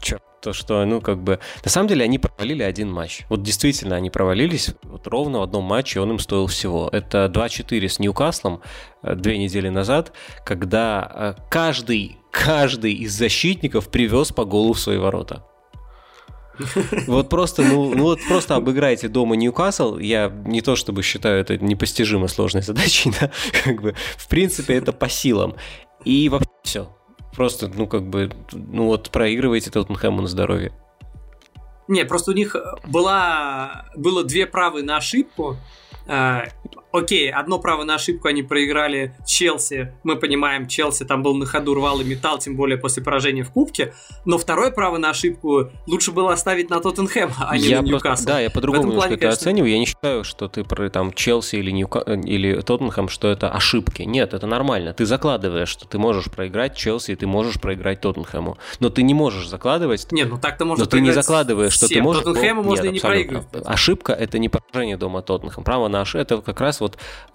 то, что, ну, как бы... На самом деле они провалили один матч. Вот действительно, они провалились вот ровно в одном матче, он им стоил всего. Это 2-4 с Ньюкаслом 2 недели назад, когда каждый из защитников привез по голу в свои ворота. Вот просто, вот просто обыграйте дома Ньюкасл. Я не то чтобы считаю это непостижимо сложной задачей, да, как бы, в принципе, это по силам. И вообще все. Просто, вот проигрываете Тоттенхэму на здоровье. Не, просто у них было 2 правы на ошибку. Окей, одно право на ошибку они проиграли Челси. Мы понимаем, Челси там был на ходу, рвал и металл, тем более после поражения в Кубке. Но второе право на ошибку лучше было оставить на Тоттенхэм, а не на Ньюкасл. Да, я по-другому немножко это оцениваю. Я не считаю, что ты про там Челси или Тоттенхэм, что это ошибки. Нет, это нормально. Ты закладываешь, что ты можешь проиграть Челси, и ты можешь проиграть Тоттенхэму. Но ты не можешь закладывать... Нет, так-то можно. Но ты не закладываешь, что ты можешь... Тоттенхэму можно и не проигрывать. Ошибка — это не поражение дома Тоттенхэм. Право на ошибку — это как раз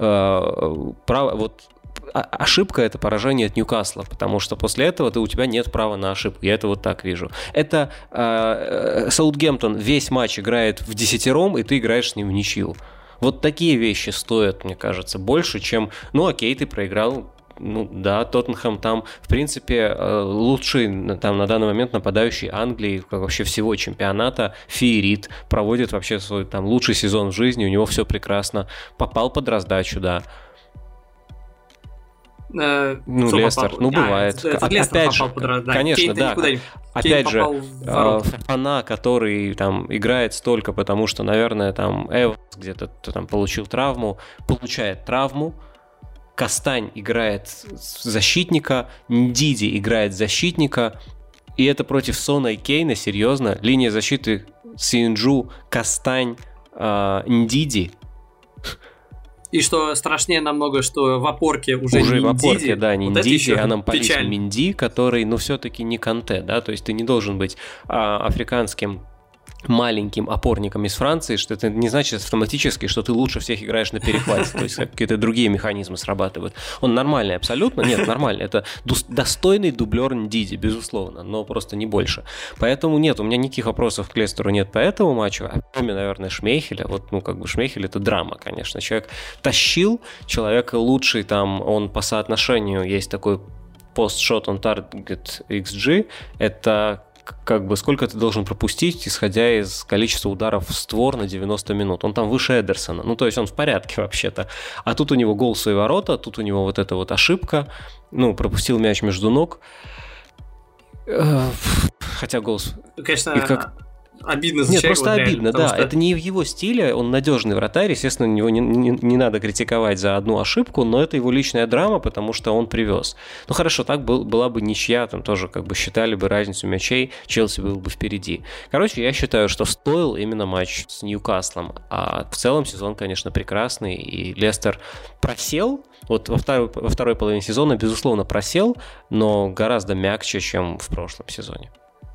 ошибка — это поражение от Ньюкасла, потому что после этого у тебя нет права на ошибку. Я это вот так вижу. Это Саутгемптон весь матч играет в 10-ром, и ты играешь с ним в ничью. Вот такие вещи стоят, мне кажется, больше, чем, окей, ты проиграл. Да, Тоттенхэм там, в принципе, лучший там на данный момент нападающий Англии, как вообще всего чемпионата, феерит, проводит вообще свой там лучший сезон в жизни, у него все прекрасно, попал под раздачу, да. Лестер, бывает. Опять же, конечно, да. Опять же, Фофана, который там играет столько, потому что, наверное, там Эванс где-то там получил травму, получает травму. Кастань играет защитника, Ндиди играет защитника, и это против Сона и Кейна, серьезно. Линия защиты Синджу, Кастань, Ндиди. И что страшнее намного, что в опорке уже не в опорке, Ндиди. Да, не Ндиди, а Нампалис Минди, который, все-таки не Канте, да, то есть ты не должен быть африканским маленьким опорником из Франции, что это не значит автоматически, что ты лучше всех играешь на перехвате, то есть какие-то другие механизмы срабатывают. Он нормальный абсолютно, нет, нормальный, это достойный дублер Ндиди, безусловно, но просто не больше. Поэтому нет, у меня никаких вопросов к Лестеру нет по этому матчу, а кроме, наверное, Шмейхеля, Шмейхель — это драма, конечно, человек тащил, человек лучший там, он по соотношению, есть такой post-shot on target XG, это сколько ты должен пропустить, исходя из количества ударов в створ на 90 минут. Он там выше Эдерсона. То есть он в порядке вообще-то. А тут у него гол в свои ворота, тут у него вот эта вот ошибка. Пропустил мяч между ног. Хотя гол... Конечно, обидно за Нет, человека. Просто обидно, да. Что... Это не в его стиле, он надежный вратарь, естественно, на него не надо критиковать за одну ошибку, но это его личная драма, потому что он привез. Хорошо, так была бы ничья, там тоже считали бы разницу мячей, Челси был бы впереди. Короче, я считаю, что стоил именно матч с Ньюкаслом, а в целом сезон, конечно, прекрасный, и Лестер просел, во второй половине сезона, безусловно, просел, но гораздо мягче, чем в прошлом сезоне.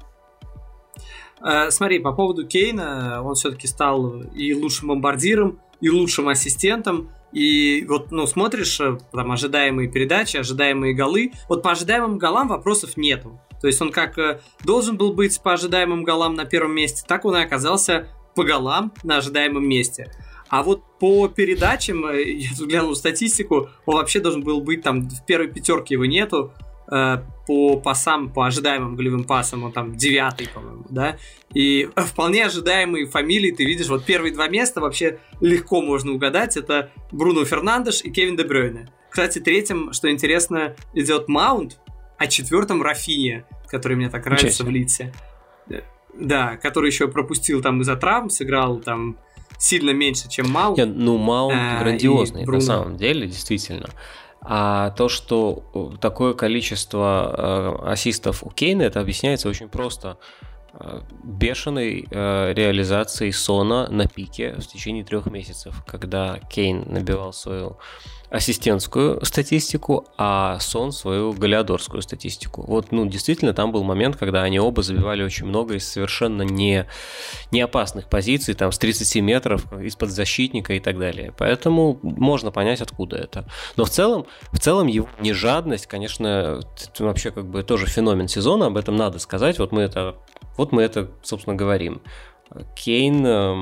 Смотри, по поводу Кейна, он все-таки стал и лучшим бомбардиром, и лучшим ассистентом. И смотришь там ожидаемые передачи, ожидаемые голы. По ожидаемым голам вопросов нету. То есть он как должен был быть по ожидаемым голам на первом месте, так он и оказался по голам на ожидаемом месте. А по передачам, я тут глянул статистику, он вообще должен был быть там в первой пятерке, его нету. По пасам, по ожидаемым голевым пасам, он там 9-й, по-моему, да, и вполне ожидаемые фамилии, ты видишь, первые 2 места вообще легко можно угадать, это Бруно Фернандеш и Кевин Де Брюйне. Кстати, 3-м, что интересно, идет Маунт, а 4-м Рафинья, который мне так нравится в Лидсе. Да, который еще пропустил там из-за травм, сыграл там сильно меньше, чем Маунт. Маунт грандиозный, на самом деле, действительно. А то, что такое количество ассистов у Кейна, это объясняется очень просто. Бешеной реализацией Сона на пике в течение 3 месяцев, когда Кейн набивал свою ассистентскую статистику, а Сон свою голеадорскую статистику. Вот, действительно, там был момент, когда они оба забивали очень много из совершенно не опасных позиций, там, с 30 метров, из-под защитника и так далее. Поэтому можно понять, откуда это. Но в целом его нежадность, конечно, вообще как бы тоже феномен сезона, об этом надо сказать. Вот мы это, собственно, говорим. Кейн,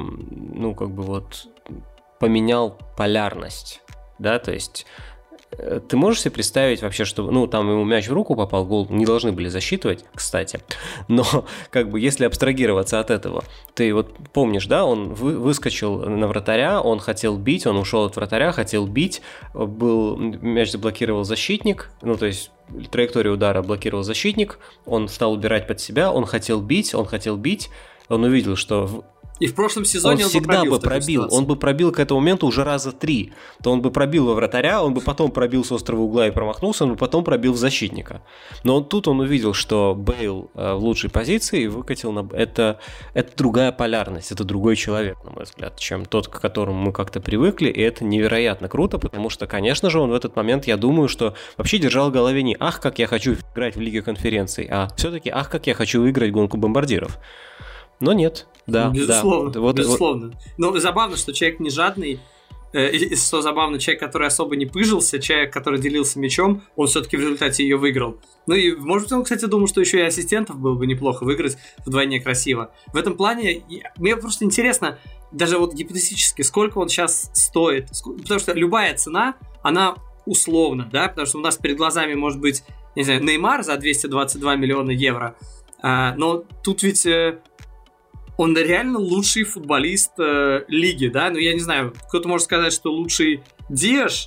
поменял полярность. Да, то есть ты можешь себе представить вообще, что, там ему мяч в руку попал, гол не должны были засчитывать, кстати, но если абстрагироваться от этого, ты вот помнишь, да, он выскочил на вратаря, он хотел бить, он ушел от вратаря, хотел бить, мяч заблокировал защитник, то есть траекторию удара блокировал защитник, он стал убирать под себя, он хотел бить, он увидел, что... И в прошлом сезоне он всегда бы пробил. Он бы пробил к этому моменту уже раза 3. То он бы пробил во вратаря, он бы потом пробил с острого угла и промахнулся, он бы потом пробил в защитника. Но тут он увидел, что Бейл в лучшей позиции и выкатил на... Это другая полярность, это другой человек, на мой взгляд, чем тот, к которому мы как-то привыкли, и это невероятно круто, потому что, конечно же, он в этот момент, я думаю, что вообще держал в голове не «ах, как я хочу играть в Лиге конференций», а все-таки «ах, как я хочу выиграть гонку бомбардиров». Но нет, да. Безусловно, да. безусловно. Но забавно, что человек не жадный, и что забавно, человек, который особо не пыжился, человек, который делился мячом, он все-таки в результате ее выиграл. И, может быть, он, кстати, думал, что еще и ассистентов было бы неплохо выиграть вдвойне красиво. В этом плане, мне просто интересно, даже вот гипотетически, сколько он сейчас стоит, потому что любая цена, она условна, да, потому что у нас перед глазами может быть, не знаю, Неймар за 222 миллиона евро, но тут ведь... Он реально лучший футболист лиги, да? Я не знаю, кто-то может сказать, что лучший Диаш.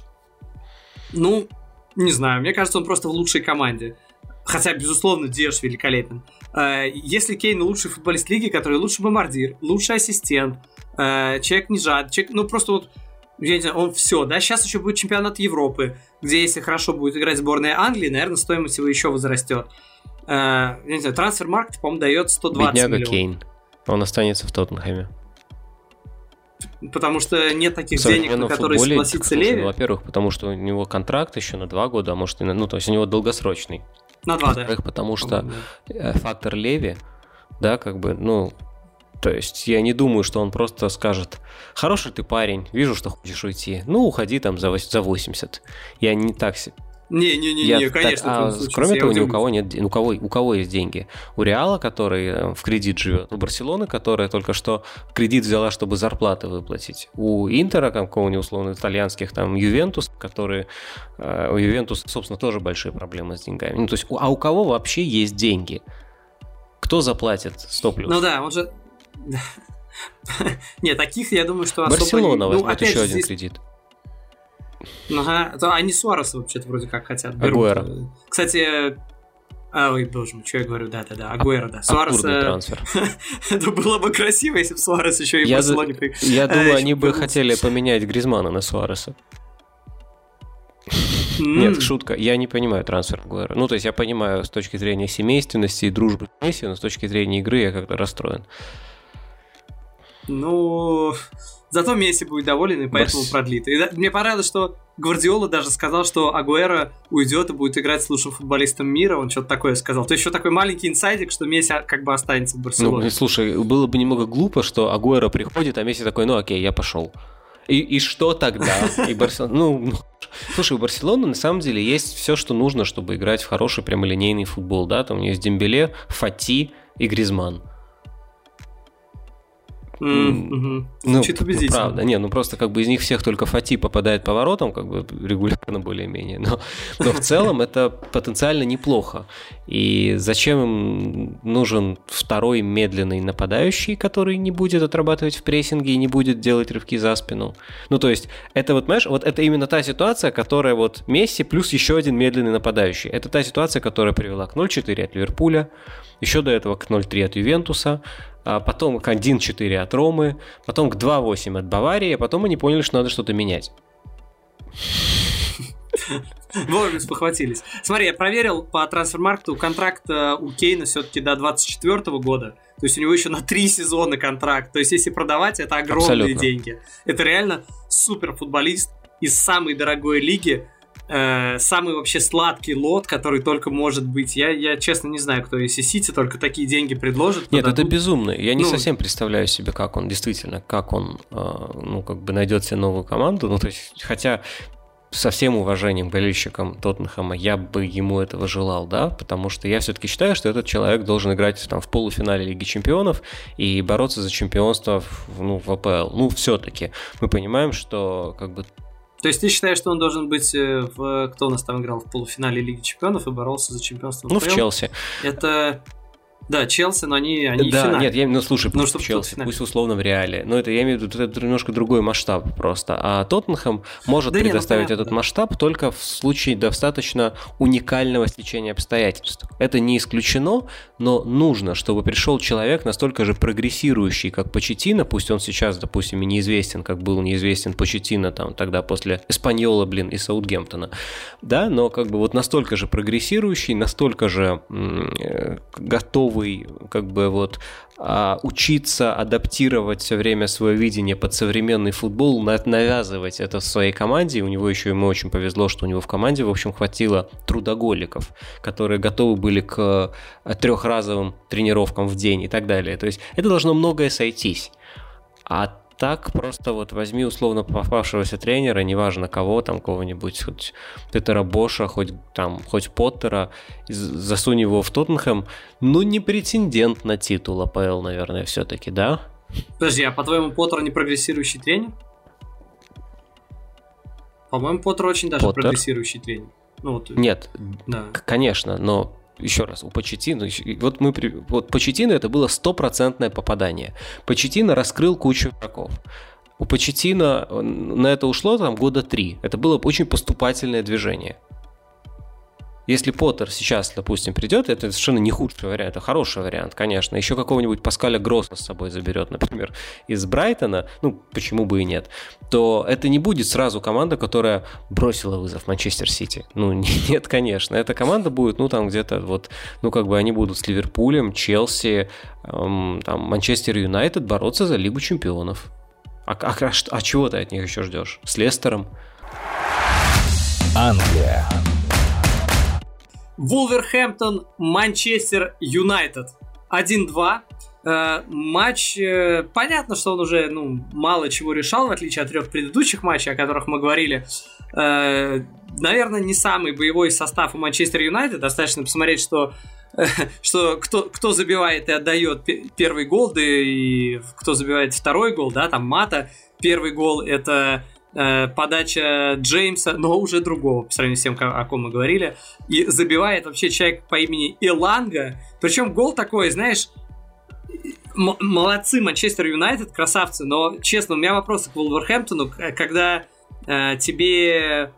Не знаю, мне кажется, он просто в лучшей команде. Хотя, безусловно, Диаш великолепен. Если Кейн лучший футболист лиги, который лучший бомбардир, лучший ассистент, человек не жад, человек, просто вот, я не знаю, он все, да? Сейчас еще будет чемпионат Европы, где, если хорошо будет играть сборная Англии, наверное, стоимость его еще возрастет. Я не знаю, трансфер-маркет, по-моему, дает 120 Бедняга миллионов. Кейн. Он останется в Тоттенхэме. Потому что нет таких денег, на которые согласится Леви. Во-первых, потому что у него контракт еще на 2 года, а может и на... то есть у него долгосрочный. На 2, во-вторых, потому что фактор Леви, да, то есть я не думаю, что он просто скажет: хороший ты парень, вижу, что хочешь уйти, уходи там за 80. Я не так себе. Не, конечно. Кроме того, ни у кого нет, у кого есть деньги. У Реала, который в кредит живет, у Барселоны, которая только что кредит взяла, чтобы зарплаты выплатить, у Интера, какого-нибудь условно итальянских, там Ювентус, которые у Ювентуса, собственно, тоже большие проблемы с деньгами. То есть, а у кого вообще есть деньги? Кто заплатит 100+? Он же... Нет, таких, я думаю, что особо... Барселона возьмет еще один кредит. Ага, они Суареса вообще-то вроде как хотят. Агуэро. Кстати, ой, боже мой, что я говорю, да, Агуэро, да. Суареса... трансфер. Это было бы красиво, если бы Суарес еще и в Барселоне приехал. Я думаю, они бы хотели поменять Гризмана на Суареса. Нет, шутка, я не понимаю трансфер Агуэро. То есть я понимаю с точки зрения семейственности и дружбы с Месси, но с точки зрения игры я как-то расстроен. Зато Месси будет доволен и поэтому продлит. И мне понравилось, что Гвардиола даже сказал, что Агуэро уйдет и будет играть с лучшим футболистом мира. Он что-то такое сказал. То есть еще такой маленький инсайдик, что Месси как бы останется в Барселоне. Слушай, было бы немного глупо, что Агуэро приходит, а Месси такой: окей, я пошел. И что тогда? Слушай, у Барселоны на самом деле есть все, что нужно, чтобы играть в хороший прямолинейный футбол. Да? Там есть Дембеле, Фати и Гризман. Звучит убедительно. Правда, просто как бы из них всех только Фати попадает по воротам, как бы регулярно более-менее, но в целом это потенциально неплохо. И зачем им нужен второй медленный нападающий, который не будет отрабатывать в прессинге и не будет делать рывки за спину? То есть это понимаешь, это именно та ситуация, которая Месси плюс еще один медленный нападающий. Это та ситуация, которая привела к 0-4 от Ливерпуля, еще до этого к 0-3 от Ювентуса, потом к 1-4 от Ромы, потом к 2-8 от Баварии, а потом они поняли, что надо что-то менять. Вовремя спохватились. Смотри, я проверил по трансфер-маркету, контракт у Кейна все-таки до 24 года. То есть у него еще на 3 сезона контракт. То есть если продавать, это огромные деньги. Это реально супер футболист. из самой дорогой лиги, самый вообще сладкий лот, который только может быть. Я честно не знаю, кто, если Сити только такие деньги предложит. Нет, это безумно. Я не совсем представляю себе, как он действительно, найдет себе новую команду. Ну, то есть, хотя со всем уважением к болельщикам Тоттенхэма я бы ему этого желал, да, потому что я все-таки считаю, что этот человек должен играть в полуфинале Лиги Чемпионов и бороться за чемпионство в АПЛ. Ну, все-таки мы понимаем, что То есть ты считаешь, что он должен быть кто у нас там играл в полуфинале Лиги Чемпионов и боролся за чемпионство? В Челси. Это... Да, Челси, но они да, в финале. Нет, слушай, пусть в Челси, пусть условно в Реале. Но это, я имею в виду, это немножко другой масштаб просто. А Тоттенхэм может предоставить этот масштаб только в случае достаточно уникального стечения обстоятельств. Это не исключено, но нужно, чтобы пришел человек настолько же прогрессирующий, как Почеттино, пусть он сейчас, допустим, и неизвестен, как был неизвестен Почеттино тогда после Эспаньола, и Саутгемптона. Да, но настолько же прогрессирующий, настолько же готовый учиться адаптировать все время свое видение под современный футбол, навязывать это в своей команде. У него еще, ему очень повезло, что у него в команде, в общем, хватило трудоголиков, которые готовы были к 3-разовым тренировкам в день и так далее. То есть это должно многое сойтись. А так просто возьми условно попавшегося тренера, неважно кого, кого-нибудь, хоть Петера Боша, хоть Поттера, засунь его в Тоттенхэм, не претендент на титул АПЛ, наверное, все-таки, да? Подожди, а по-твоему Поттер не прогрессирующий тренер? По-моему, Поттер очень даже прогрессирующий тренер. Нет, да. Конечно, но... Еще раз, у Почеттино, Почеттино это было 100% попадание. Почеттино раскрыл кучу игроков. У Почеттино на это ушло 3 года. Это было очень поступательное движение. Если Поттер сейчас, допустим, придет, это совершенно не худший вариант, это хороший вариант, конечно. Еще какого-нибудь Паскаля Гросса с собой заберет, например, из Брайтона, почему бы и нет, то это не будет сразу команда, которая бросила вызов Манчестер Сити. Нет, конечно. Эта команда будет, где-то они будут с Ливерпулем, Челси, Манчестер Юнайтед бороться за Лигу Чемпионов. А чего ты от них еще ждешь? С Лестером? Англия. Вулверхэмптон, Манчестер Юнайтед 1-2. Матч, понятно, что он уже мало чего решал, в отличие от 3 предыдущих матчей, о которых мы говорили. Наверное, не самый боевой состав у Манчестер Юнайтед. Достаточно посмотреть, что кто забивает и отдает первый гол, да и кто забивает второй гол, да, там Мата. Первый гол — это подача Джеймса, но уже другого, по сравнению с тем, о ком мы говорили. И забивает вообще человек по имени Эланга. Причем гол такой, знаешь, молодцы Манчестер Юнайтед, красавцы, но, честно, у меня вопросы к Вулверхэмптону, когда тебе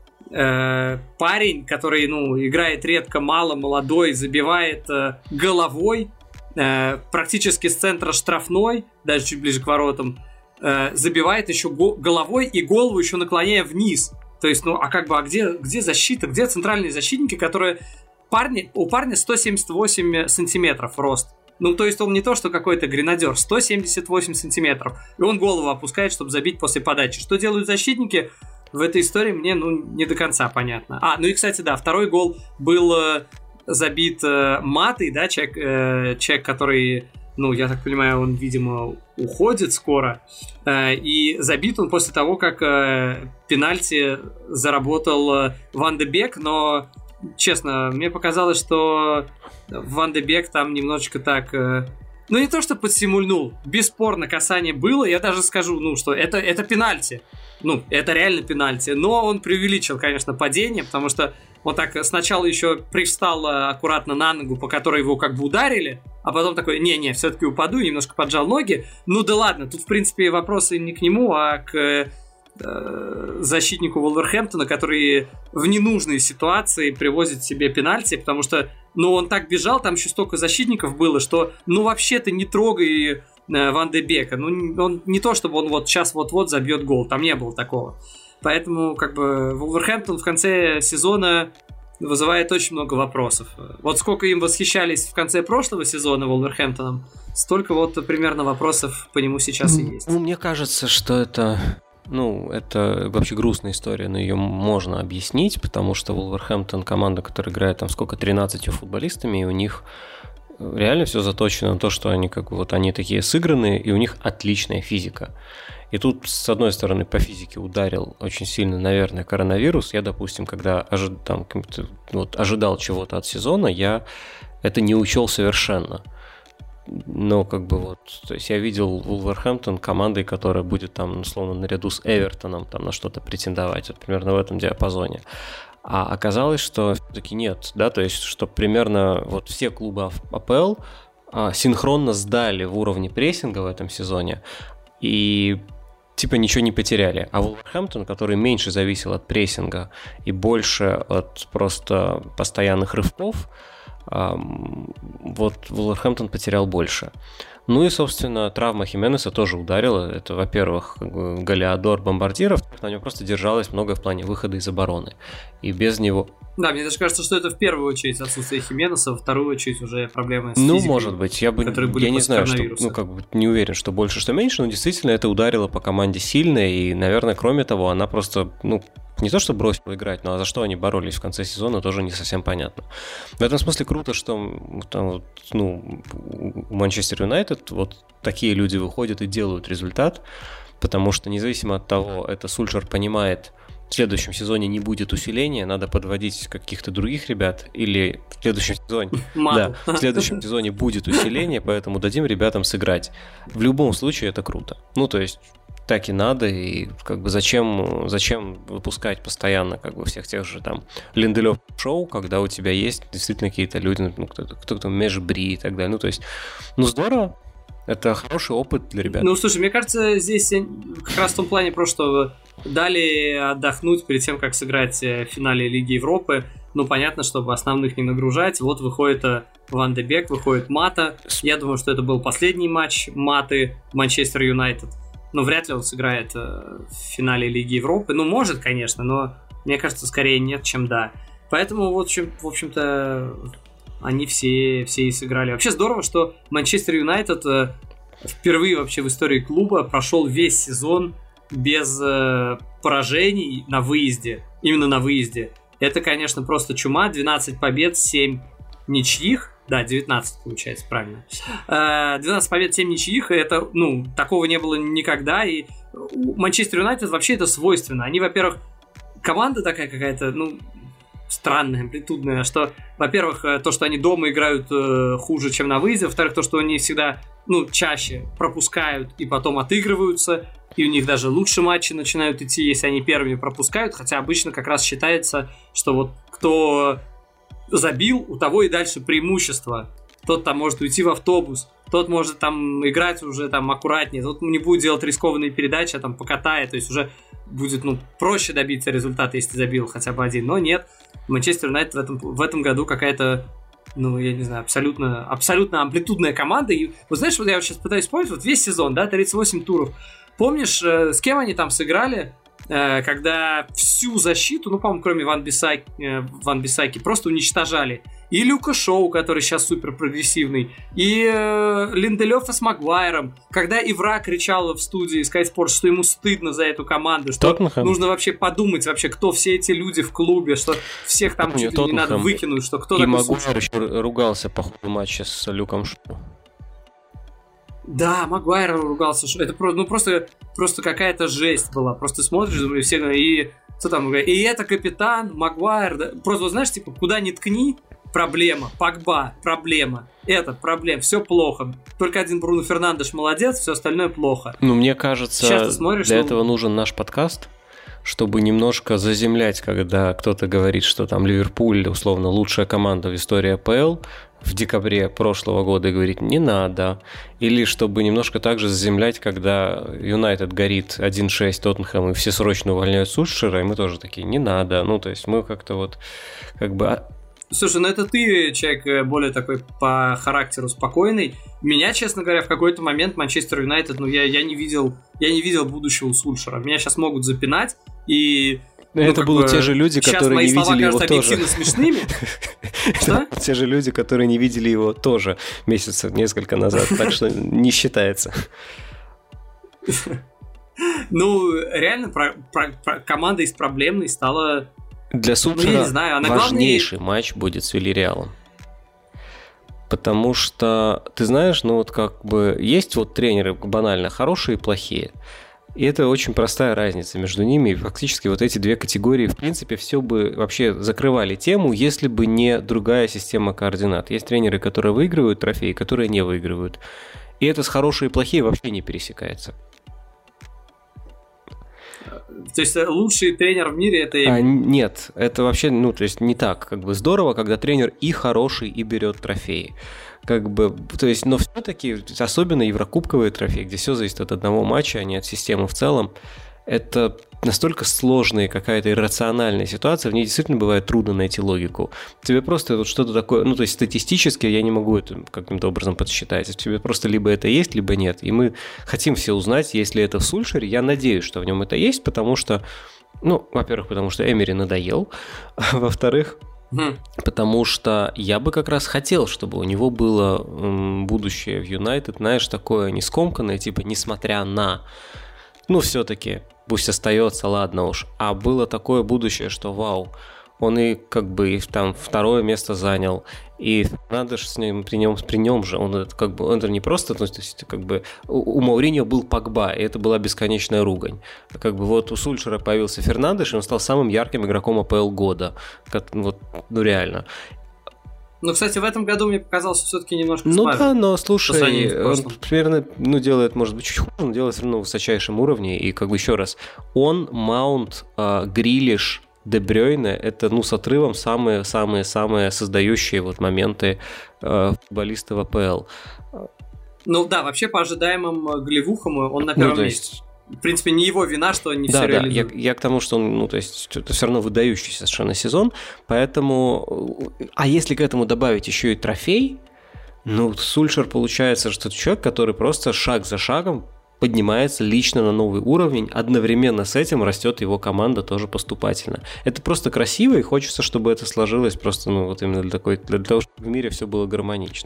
парень, который, играет редко, мало, молодой, забивает головой, практически с центра штрафной, даже чуть ближе к воротам, забивает еще головой и голову еще наклоняя вниз. То есть, где защита, где центральные защитники, которые... У парня 178 сантиметров рост. То есть он не то, что какой-то гренадер, 178 сантиметров. И он голову опускает, чтобы забить после подачи. Что делают защитники в этой истории, мне, не до конца понятно. И, кстати, да, второй гол был забит Матой, да, человек, который... я так понимаю, он, видимо, уходит скоро. И забит он после того, как пенальти заработал Ван де Бек. Но, честно, мне показалось, что Ван де Бек там немножечко так... не то, что подсимульнул. Бесспорно, касание было. Я даже скажу, что это пенальти. Это реально пенальти. Но он преувеличил, конечно, падение, потому что он так сначала еще привстал аккуратно на ногу, по которой его ударили, а потом такой, не, все-таки упаду, немножко поджал ноги. Да ладно, тут, в принципе, вопросы не к нему, а к защитнику Вулверхэмптона, который в ненужной ситуации привозит себе пенальти, потому что, он так бежал, там еще столько защитников было, что, вообще ты не трогай Ван де Бека. Он не то, чтобы он сейчас вот-вот забьет гол, там не было такого. Поэтому, Вулверхэмптон в конце сезона вызывает очень много вопросов. Сколько им восхищались в конце прошлого сезона Вулверхэмптоном, столько примерно вопросов по нему сейчас и есть. Мне кажется, что это Ну, это вообще грустная история, но ее можно объяснить, потому что Вулверхэмптон команда, которая играет там 13 футболистами, и у них реально все заточено на то, что они они такие сыгранные, и у них отличная физика. И тут, с одной стороны, по физике ударил очень сильно, наверное, коронавирус. Я, допустим, когда ожидал чего-то от сезона, я это не учел совершенно. Но то есть я видел Вулверхэмптон командой, которая будет там, условно, наряду с Эвертоном там на что-то претендовать, вот примерно в этом диапазоне. А оказалось, что все-таки нет, да, то есть что примерно вот все клубы АПЛ синхронно сдали в уровне прессинга в этом сезоне и типа ничего не потеряли. А Вулверхэмптон, который меньше зависел от прессинга и больше от просто постоянных рывков, вот Вулверхэмптон потерял больше. Ну и, собственно, травма Хименеса тоже ударила. Это, во-первых, Голеадор бомбардиров, на нем просто держалось много в плане выхода из обороны. И без него... Да, мне даже кажется, что это в первую очередь отсутствие Хименеса, во вторую очередь уже проблемы с физикой. Ну, может быть. Я не знаю, что, не уверен, что больше, что меньше, но действительно это ударило по команде сильно. И, наверное, кроме того, она просто... не то, что бросила играть, но за что они боролись в конце сезона, тоже не совсем понятно. В этом смысле круто, что у Манчестер Юнайтед вот такие люди выходят и делают результат, потому что независимо от того, это Сульшер понимает, в следующем сезоне не будет усиления, надо подводить каких-то других ребят, или в следующем сезоне будет усиление, поэтому дадим ребятам сыграть. В любом случае это круто. Ну, то есть так и надо, и зачем выпускать постоянно всех тех же там Линделёв шоу, когда у тебя есть действительно какие-то люди, кто-то Межбри и так далее. Ну, то есть, здорово. Это хороший опыт для ребят. Ну, слушай, мне кажется, здесь как раз в том плане просто, что дали отдохнуть перед тем, как сыграть в финале Лиги Европы. Ну, понятно, чтобы основных не нагружать. Вот выходит Ван де Бек, выходит Мата. Я думаю, что это был последний матч Маты Манчестер Юнайтед. Но вряд ли он сыграет в финале Лиги Европы. Ну, может, конечно, но мне кажется, скорее нет, чем да. Поэтому, в общем-то, они все и сыграли. Вообще здорово, что Манчестер Юнайтед впервые вообще в истории клуба прошел весь сезон без поражений на выезде. Именно на выезде. Это, конечно, просто чума. 12 побед, 7 ничьих. Да, 19 получается, правильно. 12 побед, 7 ничьих. Это, такого не было никогда. И у Манчестер Юнайтед вообще это свойственно. Они, во-первых, команда такая какая-то, странная, амплитудная, что, во-первых, то, что они дома играют хуже, чем на выезде, во-вторых, то, что они всегда, чаще пропускают и потом отыгрываются, и у них даже лучше матчи начинают идти, если они первыми пропускают, хотя обычно как раз считается, что вот кто забил, у того и дальше преимущество. Тот там может уйти в автобус, тот может там играть уже там аккуратнее, тот не будет делать рискованные передачи, а там покатает, то есть уже будет, проще добиться результата, если забил хотя бы один, но нет. Манчестер Юнайтед в этом году какая-то, я не знаю, абсолютно амплитудная команда. И вот знаешь, вот я сейчас пытаюсь вспомнить, вот весь сезон, да, 38 туров. Помнишь, с кем они там сыграли, когда всю защиту, по-моему, кроме Ван Бисаки, просто уничтожали. И Люка Шоу, который сейчас супер прогрессивный, и Линделёфа с Магуайром. Когда Ивра кричал в студии Sky Sports, что ему стыдно за эту команду, что нужно вообще подумать, кто все эти люди в клубе, что всех там чуть ли не надо выкинуть, что кто-то... И Магуайр еще ругался по ходу матча с Люком Шоу. Да, Магуайр ругался. Это просто какая-то жесть была. Просто смотришь, думаю, все и кто там говорит, и это капитан, Магуайр. Да? Просто, знаешь, куда ни ткни, проблема. Погба, проблема. Это проблема. Все плохо. Только один Бруно Фернандеш молодец, все остальное плохо. Мне кажется, для этого нужен наш подкаст, чтобы немножко заземлять, когда кто-то говорит, что там Ливерпуль, условно, лучшая команда в истории АПЛ в декабре прошлого года, и говорит, не надо. Или чтобы немножко также заземлять, когда Юнайтед горит 1-6 Тоттенхэм, и все срочно увольняют Сульшера, и мы тоже такие, не надо. То есть мы как-то Слушай, это ты, человек более такой по характеру спокойный. Меня, честно говоря, в какой-то момент Манчестер Юнайтед, я не видел будущего у Сульшера. Меня сейчас могут запинать, и... Это будут те же люди, которые не видели его тоже. Сейчас мои слова кажутся объективно смешными. Что? Те же люди, которые не видели его тоже несколько назад, так что не считается. Ну, реально, команда из проблемной стала... Для Сульшера важнейший матч будет с Вильяреалом. Потому что, ты знаешь, ну вот как бы есть вот тренеры банально хорошие и плохие. И это очень простая разница между ними. И фактически вот эти две категории, в принципе, все бы вообще закрывали тему, если бы не другая система координат. Есть тренеры, которые выигрывают трофеи, которые не выигрывают. И это с хорошие и плохие вообще не пересекается. То есть лучший тренер в мире это Эмери? Нет, это вообще, ну, то есть не так. Как бы здорово, когда тренер и хороший, и берет трофеи. Как бы, то есть, но все-таки, особенно еврокубковые трофеи, где все зависит от одного матча, а не от системы в целом, это настолько сложная какая-то иррациональная ситуация, в ней действительно бывает трудно найти логику. Тебе просто вот что-то такое, ну, то есть статистически я не могу это каким-то образом подсчитать. Тебе просто либо это есть, либо нет. И мы хотим все узнать, если это в Сульшере. Я надеюсь, что в нем это есть, потому что, ну, во-первых, потому что Эмери надоел, а во-вторых, потому что я бы как раз хотел, чтобы у него было будущее в Юнайтед, знаешь, такое не скомканное, типа, несмотря на... Ну, все-таки, пусть остается, ладно уж. А было такое будущее, что вау, он и как бы и там второе место занял, и надо же с ним, при нем же, он как бы, он не просто, то есть как бы у Мауриньо был Погба, и это была бесконечная ругань. Как бы вот у Сульшера появился Фернандеш, и он стал самым ярким игроком АПЛ года. Вот, ну реально. Ну, кстати, в этом году мне показалось все-таки немножко Ну спарен, да, но слушай, он примерно, ну, делает, может быть, чуть хуже, но делает все равно на высочайшем уровне. И как бы еще раз, он, Маунт, Грилиш, Де Брёйне, это, ну, с отрывом самые-самые-самые создающие вот моменты футболиста в АПЛ. Ну да, вообще по ожидаемым голевухам он на первом месте. В принципе, не его вина, что не все реализуют. Да, я к тому, что он, ну, то есть, это все равно выдающийся совершенно сезон, поэтому... А если к этому добавить еще и трофей, ну, Сульшер получается, что человек, который просто шаг за шагом поднимается лично на новый уровень, одновременно с этим растет его команда тоже поступательно. Это просто красиво, и хочется, чтобы это сложилось просто, ну, вот именно для того, чтобы в мире все было гармонично.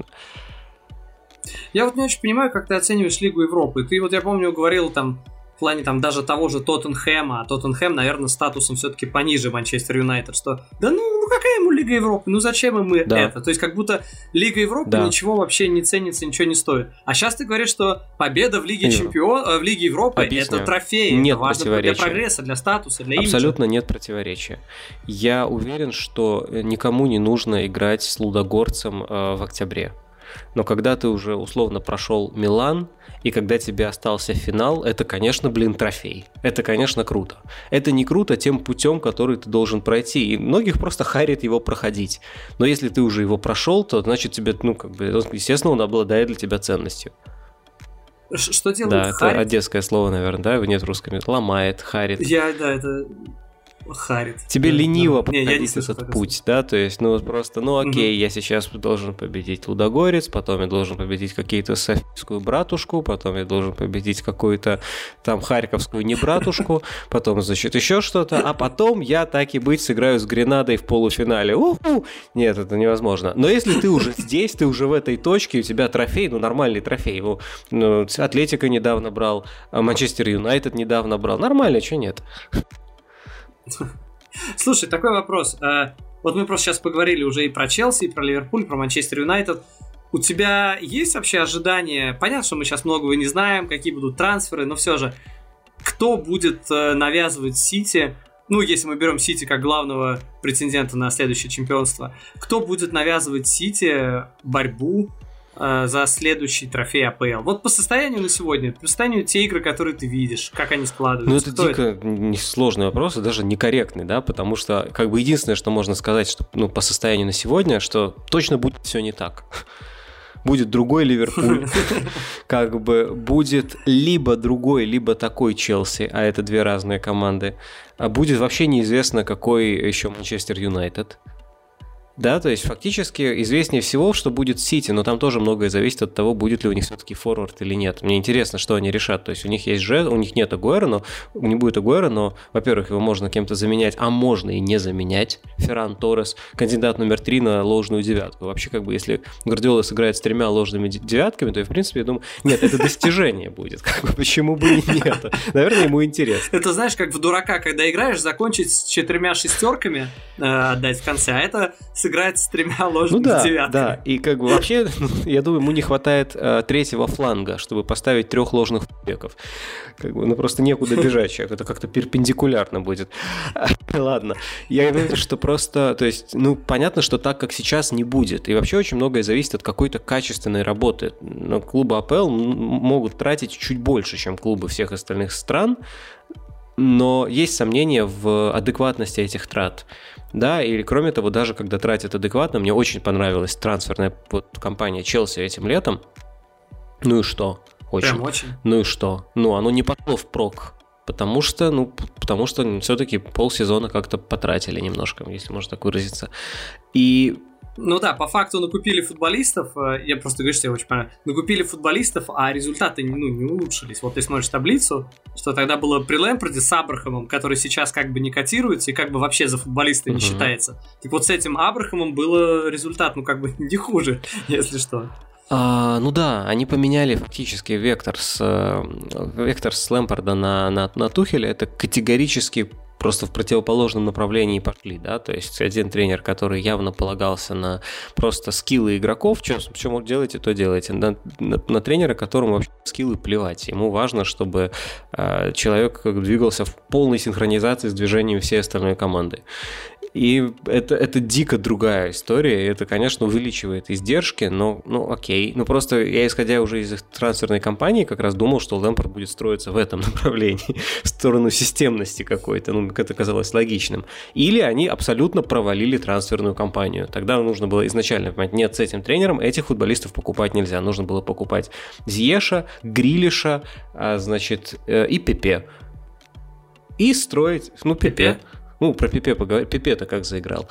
Я вот не очень понимаю, как ты оцениваешь Лигу Европы. Ты вот, я помню, говорил там в плане там даже того же Тоттенхэма, а Тоттенхэм, наверное, статусом все-таки пониже Манчестер Юнайтед, что да ну какая ему Лига Европы, ну зачем им это? То есть как будто Лига Европы ничего вообще не ценится, ничего не стоит. А сейчас ты говоришь, что победа в Лиге Чемпионов, в Лиге Европы это трофей, нет, это важно для прогресса, для статуса, для имиджа. Абсолютно нет противоречия. Я уверен, что никому не нужно играть с Лудогорцем в октябре. Но когда ты уже условно прошел Милан, и когда тебе остался финал, это, конечно, трофей. Это, конечно, круто. Это не круто тем путем, который ты должен пройти. И многих просто харит его проходить. Но если ты уже его прошел, то значит тебе, ну, как бы, естественно, он обладает для тебя ценностью. Что делает харит? Да, харит? это одесское слово, наверное, да? Нет русского. Ломает, харит. Это... Харит. Тебе лениво проходить этот путь, да, то есть, ну, просто, ну, окей, я сейчас должен победить Лудогорец, потом я должен победить какую-то софийскую братушку, потом я должен победить какую-то там харьковскую небратушку, потом, значит, еще что-то, а потом я, так и быть, сыграю с Гренадой в полуфинале. У-ху! Нет, это невозможно. Но если ты уже здесь, ты уже в этой точке, у тебя трофей, ну, нормальный трофей, ну, Атлетико недавно брал, Манчестер Юнайтед недавно брал, нормально, что нет? Слушай, такой вопрос. Вот мы просто сейчас поговорили уже и про Челси, и про Ливерпуль, про Манчестер Юнайтед. У тебя есть вообще ожидания? Понятно, что мы сейчас многого не знаем, какие будут трансферы, но все же, кто будет навязывать Сити, ну, если мы берем Сити как главного претендента на следующее чемпионство, кто будет навязывать Сити борьбу за следующий трофей АПЛ? Вот по состоянию на сегодня, по состоянию те игры, которые ты видишь, как они складываются. Ну, это дико несложный вопрос, и даже некорректный, да, потому что, как бы, единственное, что можно сказать, что, ну, по состоянию на сегодня, что точно будет все не так. Будет другой Ливерпуль, как бы будет либо другой, либо такой Челси, а это две разные команды, а будет вообще неизвестно, какой еще Манчестер Юнайтед. Да, то есть фактически известнее всего, что будет Сити, но там тоже многое зависит от того, будет ли у них все-таки форвард или нет. Мне интересно, что они решат. То есть у них есть у них нет Агуэро, но не будет Агуэро, но, во-первых, его можно кем-то заменять, а можно и не заменять. Ферран Торрес, кандидат номер 3 на ложную девятку. Вообще, как бы, если Гвардиола сыграет с 3 ложными девятками, то, в принципе, я думаю, нет, это достижение будет. Почему бы и нет? Наверное, ему интересно. Это, знаешь, как в дурака, когда играешь, закончить с 4 шестерками отдать в конце, а это сыграть с 3 ложными девятками. Да, и как бы вообще, я думаю, ему не хватает третьего фланга, чтобы поставить 3 ложных беков. Как бы, просто некуда бежать человек, это как-то перпендикулярно будет. Ладно, я имею в виду, что просто, то есть, понятно, что так, как сейчас, не будет. И вообще очень многое зависит от какой-то качественной работы. Но клубы АПЛ могут тратить чуть больше, чем клубы всех остальных стран, но есть сомнения в адекватности этих трат. Да, или кроме того, даже когда тратят адекватно, мне очень понравилась трансферная компания Челси этим летом. Ну и что? Прям очень. Ну и что? Оно не пошло впрок. Потому что все-таки полсезона как-то потратили немножко, если можно так выразиться. И... по факту накупили футболистов, я просто говорю, что я очень понравилось, накупили футболистов, а результаты не улучшились. Вот ты смотришь таблицу, что тогда было при Лэмпарде с Абрахамом, который сейчас как бы не котируется и как бы вообще за футболиста не считается. Так вот с этим Абрахамом был результат, не хуже, если что. Они поменяли фактически вектор с Лэмпарда на Тухеля. Это категорически просто в противоположном направлении пошли, да, то есть один тренер, который явно полагался на просто скиллы игроков, что делаете, то делаете, на тренера, которому вообще скиллы плевать, ему важно, чтобы человек двигался в полной синхронизации с движением всей остальной команды. И это дико другая история, и это, конечно, увеличивает издержки, но окей. Просто я, исходя уже из их трансферной кампании, как раз думал, что Лэмпард будет строиться в этом направлении, в сторону системности какой-то, это казалось логичным. Или они абсолютно провалили трансферную кампанию. Тогда нужно было изначально понимать, нет, с этим тренером этих футболистов покупать нельзя. Нужно было покупать Зиеша, Грилиша, и Пепе. И строить, Пепе. Про Пепе поговорим. Пепе-то как заиграл.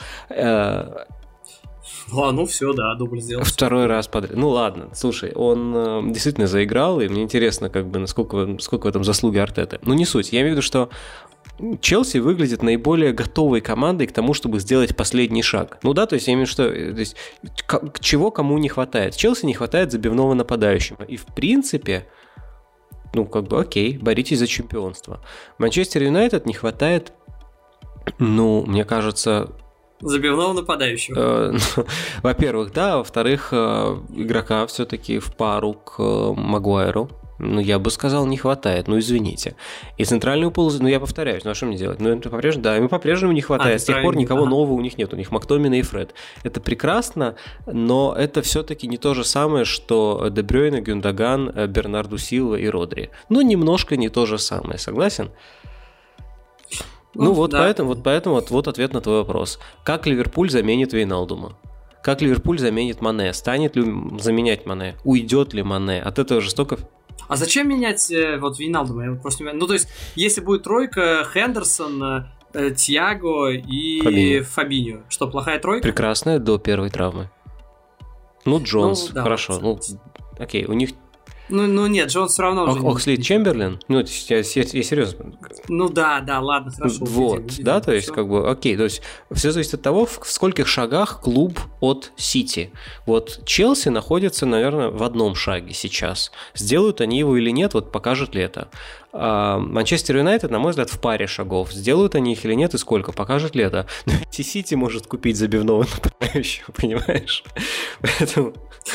Все, дубль сделал. Второй раз подряд. Ладно, слушай, он действительно заиграл, и мне интересно, сколько в этом заслуги Артеты. Не суть. Я имею в виду, что Челси выглядит наиболее готовой командой к тому, чтобы сделать последний шаг. То есть я имею в виду, что чего кому не хватает. Челси не хватает забивного нападающего. И в принципе, окей, боритесь за чемпионство. Манчестер Юнайтед не хватает, мне кажется... Забивного нападающего. Во-первых, да. Во-вторых, игрока все-таки в пару к Магуайру. Я бы сказал, не хватает, извините. И центральную полосу, я повторяюсь, а что мне делать? Это ему по-прежнему не хватает. С тех пор никого нового у них нет. У них Мактомина и Фред. Это прекрасно, но это все-таки не то же самое, что Де Брюйне, Гюндоган, Бернарду Силва и Родри. Немножко не то же самое, согласен? Поэтому ответ на твой вопрос. Как Ливерпуль заменит Вейналдума? Как Ливерпуль заменит Мане? Станет ли заменять Мане? Уйдет ли Мане? От этого жестоко... А зачем менять Вейналдума? Я просто не понимаю. То есть, если будет тройка, Хендерсон, Тиаго и Фабиньо. Что, плохая тройка? Прекрасная до первой травмы. Джонс, хорошо. Окей, у них... нет, Джонс все равно уже... Оксли Чемберлен? Я серьезно. Да, ладно, хорошо. Да, то есть, окей, то есть, все зависит от того, в скольких шагах клуб от Сити. Челси находится, наверное, в одном шаге сейчас. Сделают они его или нет, покажет ли это. Манчестер Юнайтед, на мой взгляд, в паре шагов. Сделают они их или нет, и сколько, покажет ли это. Но ведь и Сити может купить забивного нападающего, понимаешь? Поэтому...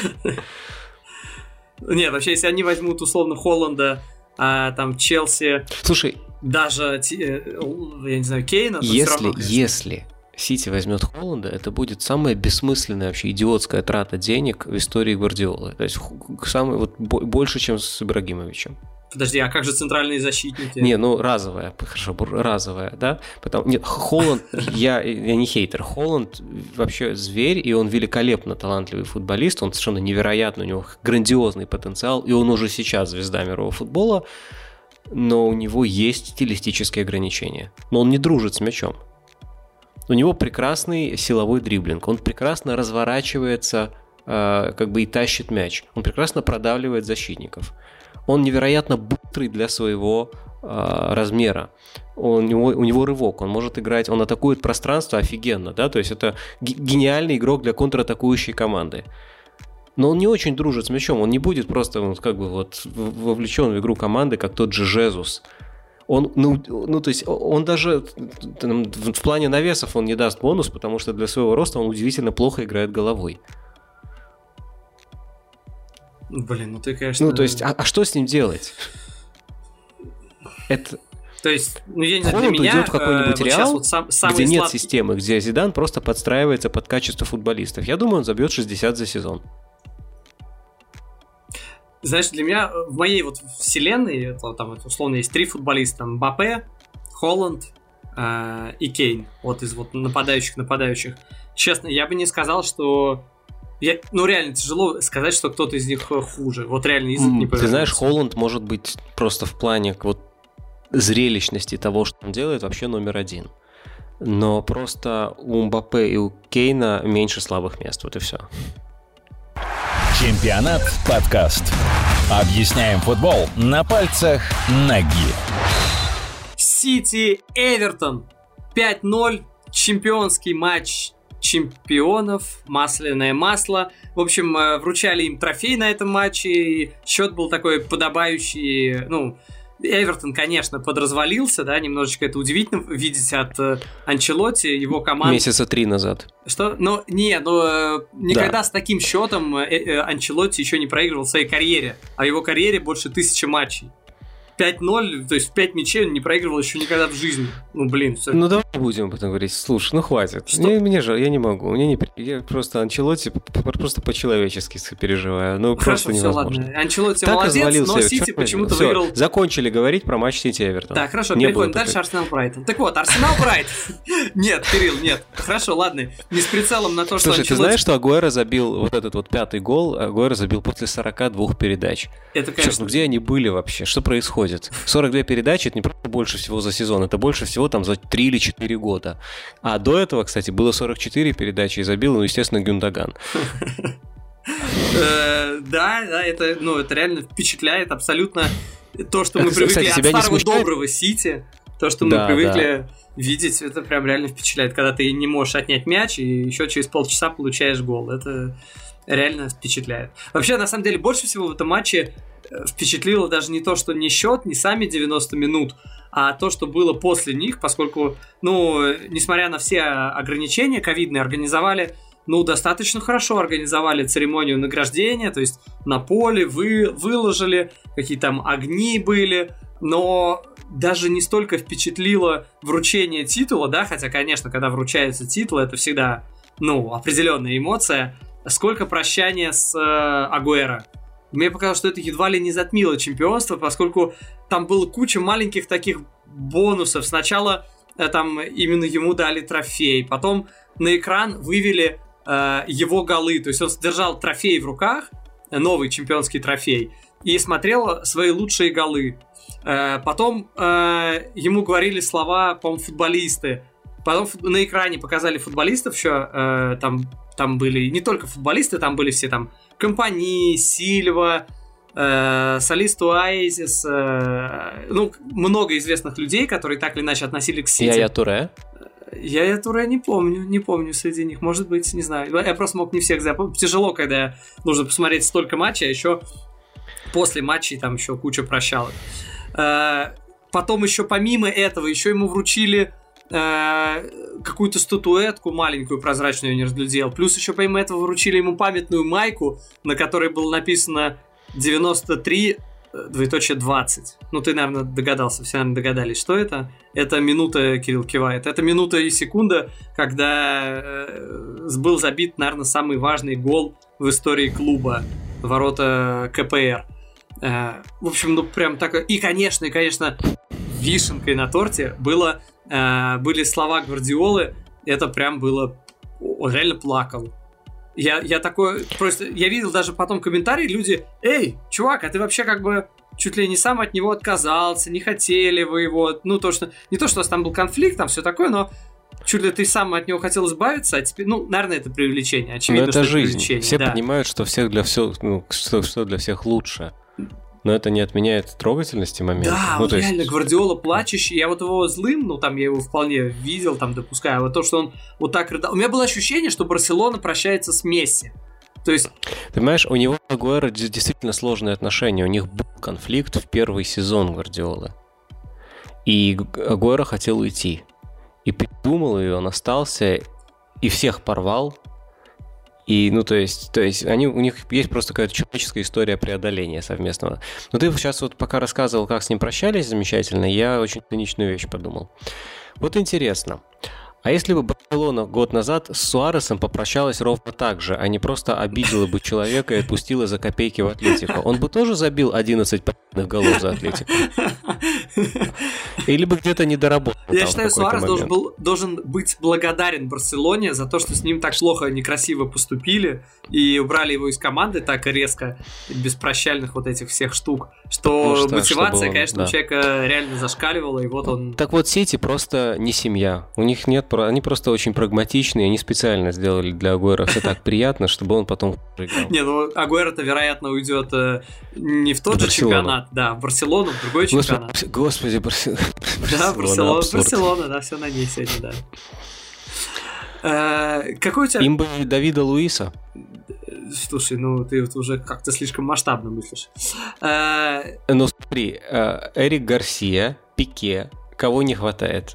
Нет, вообще, если они возьмут условно Холланда, Челси, слушай, даже, я не знаю, Кейна, то если, все равно, конечно. Если Сити возьмет Холланда, это будет самая бессмысленная, вообще идиотская трата денег в истории Гвардиолы. То есть больше, чем с Ибрагимовичем. Подожди, а как же центральные защитники? Разовая, хорошо, разовая, да? Нет, Холланд, я не хейтер, Холланд вообще зверь, и он великолепно талантливый футболист, он совершенно невероятный, у него грандиозный потенциал, и он уже сейчас звезда мирового футбола, но у него есть стилистические ограничения. Но он не дружит с мячом. У него прекрасный силовой дриблинг, он прекрасно разворачивается как бы и тащит мяч, он прекрасно продавливает защитников. Он невероятно быстрый для своего размера. У него рывок, он может играть, он атакует пространство офигенно, да, то есть это гениальный игрок для контратакующей команды. Но он не очень дружит с мячом, он не будет просто как бы вовлечен в игру команды, как тот же Жезус. Он, то есть он даже в плане навесов он не даст бонус, потому что для своего роста он удивительно плохо играет головой. Блин, ты, конечно... то есть, а что с ним делать? Это... То есть, я не знаю, Холланд для меня... уйдет в какой-нибудь Реал, где нет сладкий... системы, где Зидан просто подстраивается под качество футболистов. Я думаю, он забьет 60 за сезон. Знаешь, для меня в моей вселенной, там условно есть 3 футболиста: Мбаппе, Холланд и Кейн. Из нападающих. Честно, я бы не сказал, что... реально тяжело сказать, что кто-то из них хуже. Реально язык не повернется. Ты знаешь, Холланд может быть просто в плане зрелищности того, что он делает, вообще номер 1. Но просто у Мбаппе и у Кейна меньше слабых мест. Вот и все. Чемпионат подкаст. Объясняем футбол на пальцах ноги. Сити Эвертон 5-0. Чемпионский матч чемпионов. Масляное масло. В общем, вручали им трофей на этом матче. И счет был такой подобающий. Эвертон, конечно, подразвалился, да, немножечко это удивительно видеть от Анчелотти, его команды. Месяца 3 назад. Что? Никогда с таким счетом Анчелотти еще не проигрывал в своей карьере, а в его карьере больше 1000 матчей. 5-0, то есть в 5 мячей он не проигрывал еще никогда в жизни. Все. Давай будем об этом говорить. Слушай, хватит. Мне жаль, я не могу. Я просто Анчелотти просто по-человечески переживаю. Хорошо, просто невозможно. Ладно. Анчелотти так молодец, но Сити почему-то выиграл. Закончили говорить про матч Сити Эвертон. Так, хорошо, переходим дальше. Арсенал-Брайтон. Так вот, Арсенал-Брайтон. Нет, Кирилл, нет. Хорошо, ладно. Не с прицелом на то, что Слушай, ты знаешь, что Агуэро забил этот 5-й гол? Агуэро забил после 42 передач. Это, конечно. Где они были вообще? Что происходит? 42 передачи — это не просто больше всего за сезон, это больше всего там за 3 или 4 года. А до этого, кстати, было 44 передачи и забил, естественно, Гюндоган. Да, это реально впечатляет абсолютно то, что мы привыкли от старого доброго Сити, то, что мы привыкли видеть, это прям реально впечатляет, когда ты не можешь отнять мяч и еще через полчаса получаешь гол. Это реально впечатляет. Вообще, на самом деле, больше всего в этом матче впечатлило даже не то, что не счет, не сами 90 минут, а то, что было после них, поскольку, несмотря на все ограничения ковидные, организовали, достаточно хорошо организовали церемонию награждения, то есть на поле выложили, какие там огни были, но даже не столько впечатлило вручение титула, да, хотя, конечно, когда вручается титул, это всегда, определенная эмоция, сколько прощания с Агуэро. Мне показалось, что это едва ли не затмило чемпионство, поскольку там было куча маленьких таких бонусов. Сначала там именно ему дали трофей, потом на экран вывели его голы. То есть он держал трофей в руках, новый чемпионский трофей, и смотрел свои лучшие голы. Потом ему говорили слова, по-моему, футболисты. Потом на экране показали футболистов еще, там были не только футболисты, там были все там Компани, Сильва, Солисту Айзис, много известных людей, которые так или иначе относились к Сити. Яя Туре? Яя Туре не помню среди них, может быть, не знаю. Я просто мог не всех запомнить. Тяжело, когда нужно посмотреть столько матчей, а еще после матчей там еще куча прощалок. Потом еще помимо этого, еще ему вручили какую-то статуэтку маленькую прозрачную, я не разглядел. Плюс еще помимо этого вручили ему памятную майку, на которой было написано 93 20. Ты, наверное, догадался, все, наверное, догадались, что это. Это минута, Кирилл кивает, это минута и секунда, когда был забит, наверное, самый важный гол в истории клуба, ворота КПР. В общем, прям так. И, конечно, вишенкой на торте были слова Гвардиолы. Это прям было... Он реально плакал. Я такой... Просто... Я видел даже потом комментарии, люди... Эй, чувак, а ты вообще как бы чуть ли не сам от него отказался, не хотели вы его... Не то, что у вас там был конфликт, там все такое, но чуть ли ты сам от него хотел избавиться, а теперь, наверное, это привлечение. Очевидно, но это что жизнь. привлечение. Все понимают, что что для всех лучше. Но это не отменяет трогательности момента. Да, он реально Гвардиола плачущий. Я вот его злым, там я его вполне видел, там допускаю. А вот то, что он вот так рыдал. У меня было ощущение, что Барселона прощается с Месси. То есть... Ты понимаешь, у него и Агуэро действительно сложные отношения. У них был конфликт в первый сезон Гвардиолы. И Агуэро хотел уйти. И придумал ее, он остался и всех порвал. И, у них есть просто какая-то человеческая история преодоления совместного. Но ты сейчас вот пока рассказывал, как с ним прощались замечательно, я очень циничную вещь подумал. Вот интересно, а если бы Барселона год назад с Суаресом попрощалась ровно так же, а не просто обидела бы человека и отпустила за копейки в Атлетико, он бы тоже забил 11 победных голов за Атлетико? Или бы где-то не доработал? Я считаю, Суарес должен быть благодарен Барселоне за то, что с ним так плохо, некрасиво поступили и убрали его из команды так резко, без прощальных вот этих всех штук, что мотивация, конечно, у человека реально зашкаливала, и вот он... Так вот, Сити просто не семья. У них нет... Они просто очень прагматичные, они специально сделали для Агуэро все так приятно, чтобы он потом играл. Не, Агуэро-то, вероятно, уйдет не в тот же чемпионат, да, в Барселону, в другой чемпионат. Господи, Да, Барселона, да, все на ней сегодня, да. Какой у тебя... Им бы Давида Луиса. Слушай, ты вот уже как-то слишком масштабно мыслишь. Смотри, Эрик Гарсия, Пике, кого не хватает?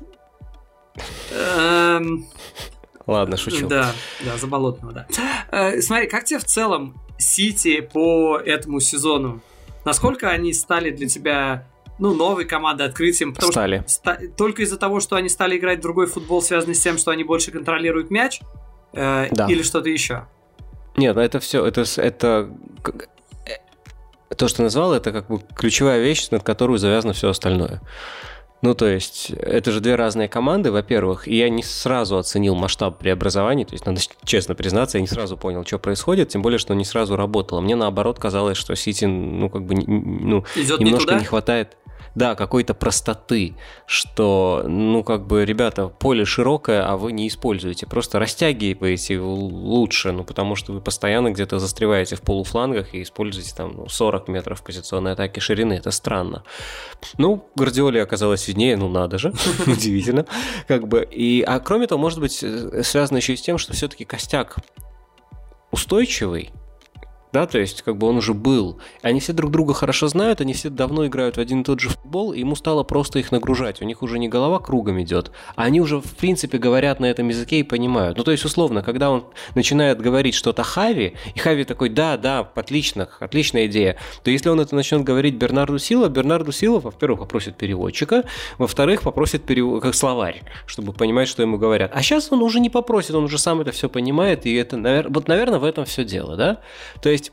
Ладно, шучу. Да, Заболотного, да. Смотри, как тебе в целом Сити по этому сезону? Насколько они стали для тебя, новой командой, открытием? Потому стали. Что только из-за того, что они стали играть в другой футбол, связанный с тем, что они больше контролируют мяч? Да. Или что-то еще? Нет, это все, это то, что ты назвал, это как бы ключевая вещь, над которую завязано все остальное. То есть, это же две разные команды, во-первых, и я не сразу оценил масштаб преобразований, то есть, надо честно признаться, я не сразу понял, что происходит, тем более, что не сразу работало. Мне, наоборот, казалось, что Сити, немножко не хватает... Да, какой-то простоты, что, ребята, поле широкое, а вы не используете. Просто растягиваете лучше, потому что вы постоянно где-то застреваете в полуфлангах и используете 40 метров позиционной атаки ширины. Это странно. Гвардиоле оказалось виднее, надо же, удивительно. А кроме того, может быть, связано еще и с тем, что все-таки костяк устойчивый, да, то есть, он уже был. Они все друг друга хорошо знают, они все давно играют в один и тот же футбол, и ему стало просто их нагружать. У них уже не голова кругом идет, а они уже, в принципе, говорят на этом языке и понимают. То есть, условно, когда он начинает говорить что-то Хави, и Хави такой, да, отлично, отличная идея, то если он это начнет говорить Бернарду Силва, во-первых, попросит переводчика, во-вторых, попросит как словарь, чтобы понимать, что ему говорят. А сейчас он уже не попросит, он уже сам это все понимает, и это, наверное, в этом все дело, да? То есть,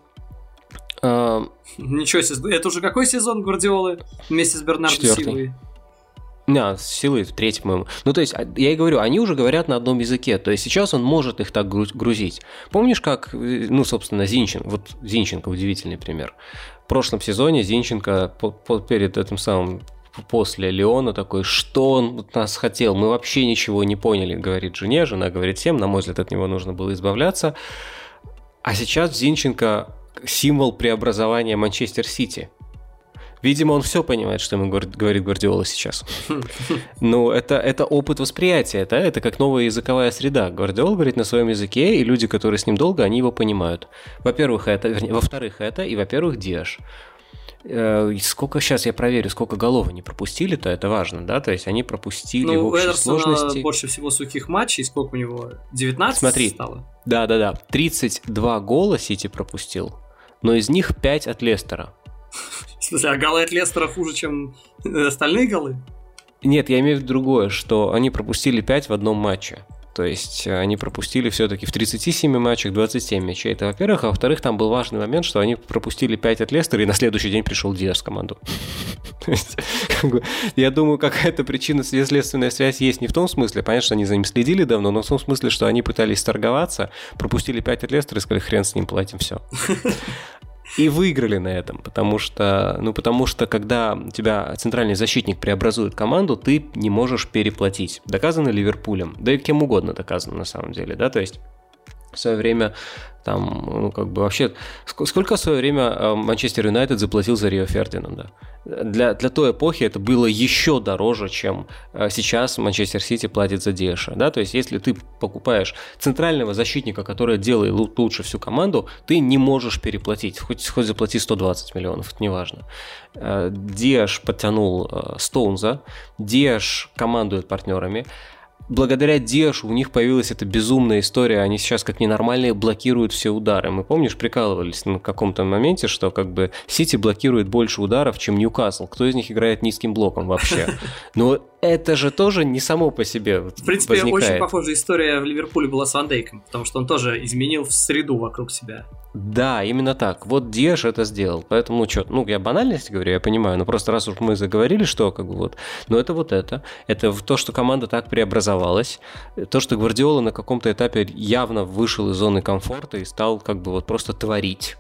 ничего себе, это уже какой сезон Гвардиолы вместе с Бернардо Силвой? С Силой в третьем, по-моему. То есть, я и говорю, они уже говорят на одном языке. То есть, сейчас он может их так грузить. Помнишь, как, собственно, Зинченко, Зинченко удивительный пример. В прошлом сезоне Зинченко перед этим самым, после Лиона такой, что он от нас хотел, мы вообще ничего не поняли, говорит жене, жена говорит всем, на мой взгляд, от него нужно было избавляться. А сейчас Зинченко символ преобразования Манчестер Сити. Видимо, он все понимает, что ему говорит Гвардиола сейчас. Это опыт восприятия, это как новая языковая среда. Гвардиола говорит на своем языке, и люди, которые с ним долго, они его понимают. Во-вторых, это, и, во-первых, Диаш. Сколько сейчас, я проверю, сколько голов они пропустили-то, это важно, да? То есть они пропустили в общей сложности... больше всего сухих матчей, сколько у него? 19 Смотри, стало? Да. 32 гола Сити пропустил, но из них 5 от Лестера. В смысле, а голы от Лестера хуже, чем остальные голы? Нет, я имею в виду другое, что они пропустили 5 в одном матче. То есть они пропустили все-таки в 37 матчах 27 мячей. Это, во-первых. А во-вторых, там был важный момент, что они пропустили 5 от Лестера, и на следующий день пришел Диас в команду. Я думаю, какая-то причинно-следственная связь есть не в том смысле, понятно, что они за ним следили давно, но в том смысле, что они пытались торговаться, пропустили 5 от Лестера и сказали, хрен с ним, платим, все. И выиграли на этом, потому что когда у тебя центральный защитник преобразует команду, ты не можешь переплатить. Доказано Ливерпулем, да и кем угодно доказано на самом деле, да, то есть в свое время там, вообще, сколько в свое время Манчестер Юнайтед заплатил за Рио Фердинанда? Для той эпохи это было еще дороже, чем сейчас Манчестер Сити платит за Диэша, да, то есть если ты покупаешь центрального защитника, который делает лучше всю команду, ты не можешь переплатить, хоть заплати 120 миллионов, это не важно. Диэш подтянул Стоунза, Диэш командует партнерами. Благодаря Диэшу у них появилась эта безумная история, они сейчас как ненормальные блокируют все удары. Мы, помнишь, прикалывались на каком-то моменте, что Сити блокирует больше ударов, чем Ньюкасл. Кто из них играет низким блоком вообще? Но это же тоже не само по себе возникает. В принципе, очень похожая история в Ливерпуле была с Ван Дейком, потому что он тоже изменил среду вокруг себя. Да, именно так. Вот Диэш это сделал. Поэтому, я банальности говорю, я понимаю, но просто раз уж мы заговорили, что но это это то, что команда так преобразовалась, то, что Гвардиола на каком-то этапе явно вышел из зоны комфорта и стал просто творить.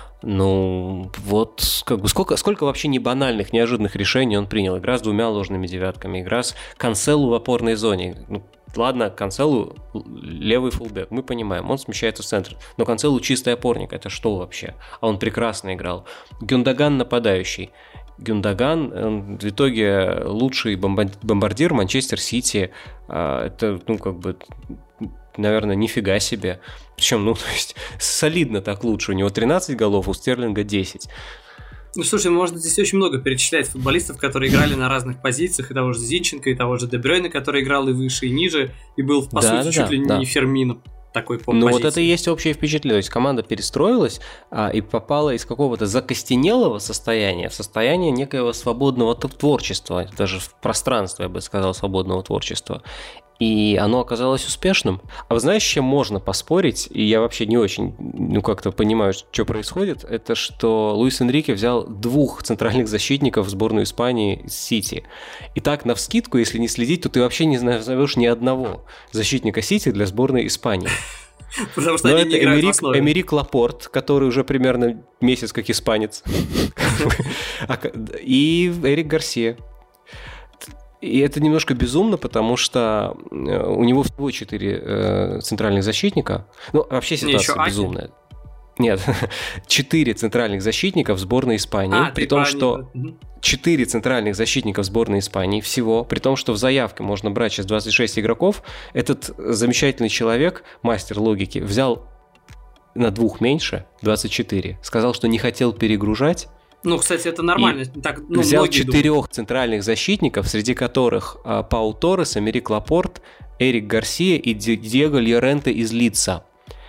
Сколько вообще не банальных, неожиданных решений он принял. Игра с 2 ложными девятками, игра с Канселу в опорной зоне. Ладно, Канселу левый фулбэк, мы понимаем, он смещается в центр. Но Канселу чистый опорник, это что вообще? А он прекрасно играл. Гюндоган нападающий. Гюндоган в итоге лучший бомбардир Манчестер Сити. Это, наверное, нифига себе. Причем, солидно так лучше. У него 13 голов, у Стерлинга 10. Слушай, можно здесь очень много перечислять футболистов, которые играли на разных позициях, и того же Зинченко, и того же Де Брёйна, который играл и выше, и ниже, и был, по сути, чуть ли не Фермино такой по позиции. Вот это и есть общее впечатление. То есть команда перестроилась и попала из какого-то закостенелого состояния в состояние некоего свободного творчества, даже в пространство, я бы сказал, свободного творчества. И оно оказалось успешным. А вы знаете, с чем можно поспорить? И я вообще не очень, как-то понимаю, что происходит. Это что Луис Энрике взял 2 центральных защитников в сборную Испании с Сити. И так, навскидку, если не следить, то ты вообще не назовешь ни одного защитника Сити для сборной Испании. Потому что они не играют в основе. Эмерик Лапорт, который уже примерно месяц как испанец. И Эрик Гарсия. И это немножко безумно, потому что у него всего 4 центральных защитника. Вообще ситуация безумная. Нет, 4 центральных защитника в сборной Испании. При том, что 4 центральных защитника в сборной Испании всего. При том, что в заявке можно брать сейчас 26 игроков. Этот замечательный человек, мастер логики, взял на 2 меньше, 24. Сказал, что не хотел перегружать. Кстати, это нормально. Взял 4 центральных защитников, среди которых Пау Торрес, Эмерик Лапорт, Эрик Гарсия и Диего Льоренте из Лидса.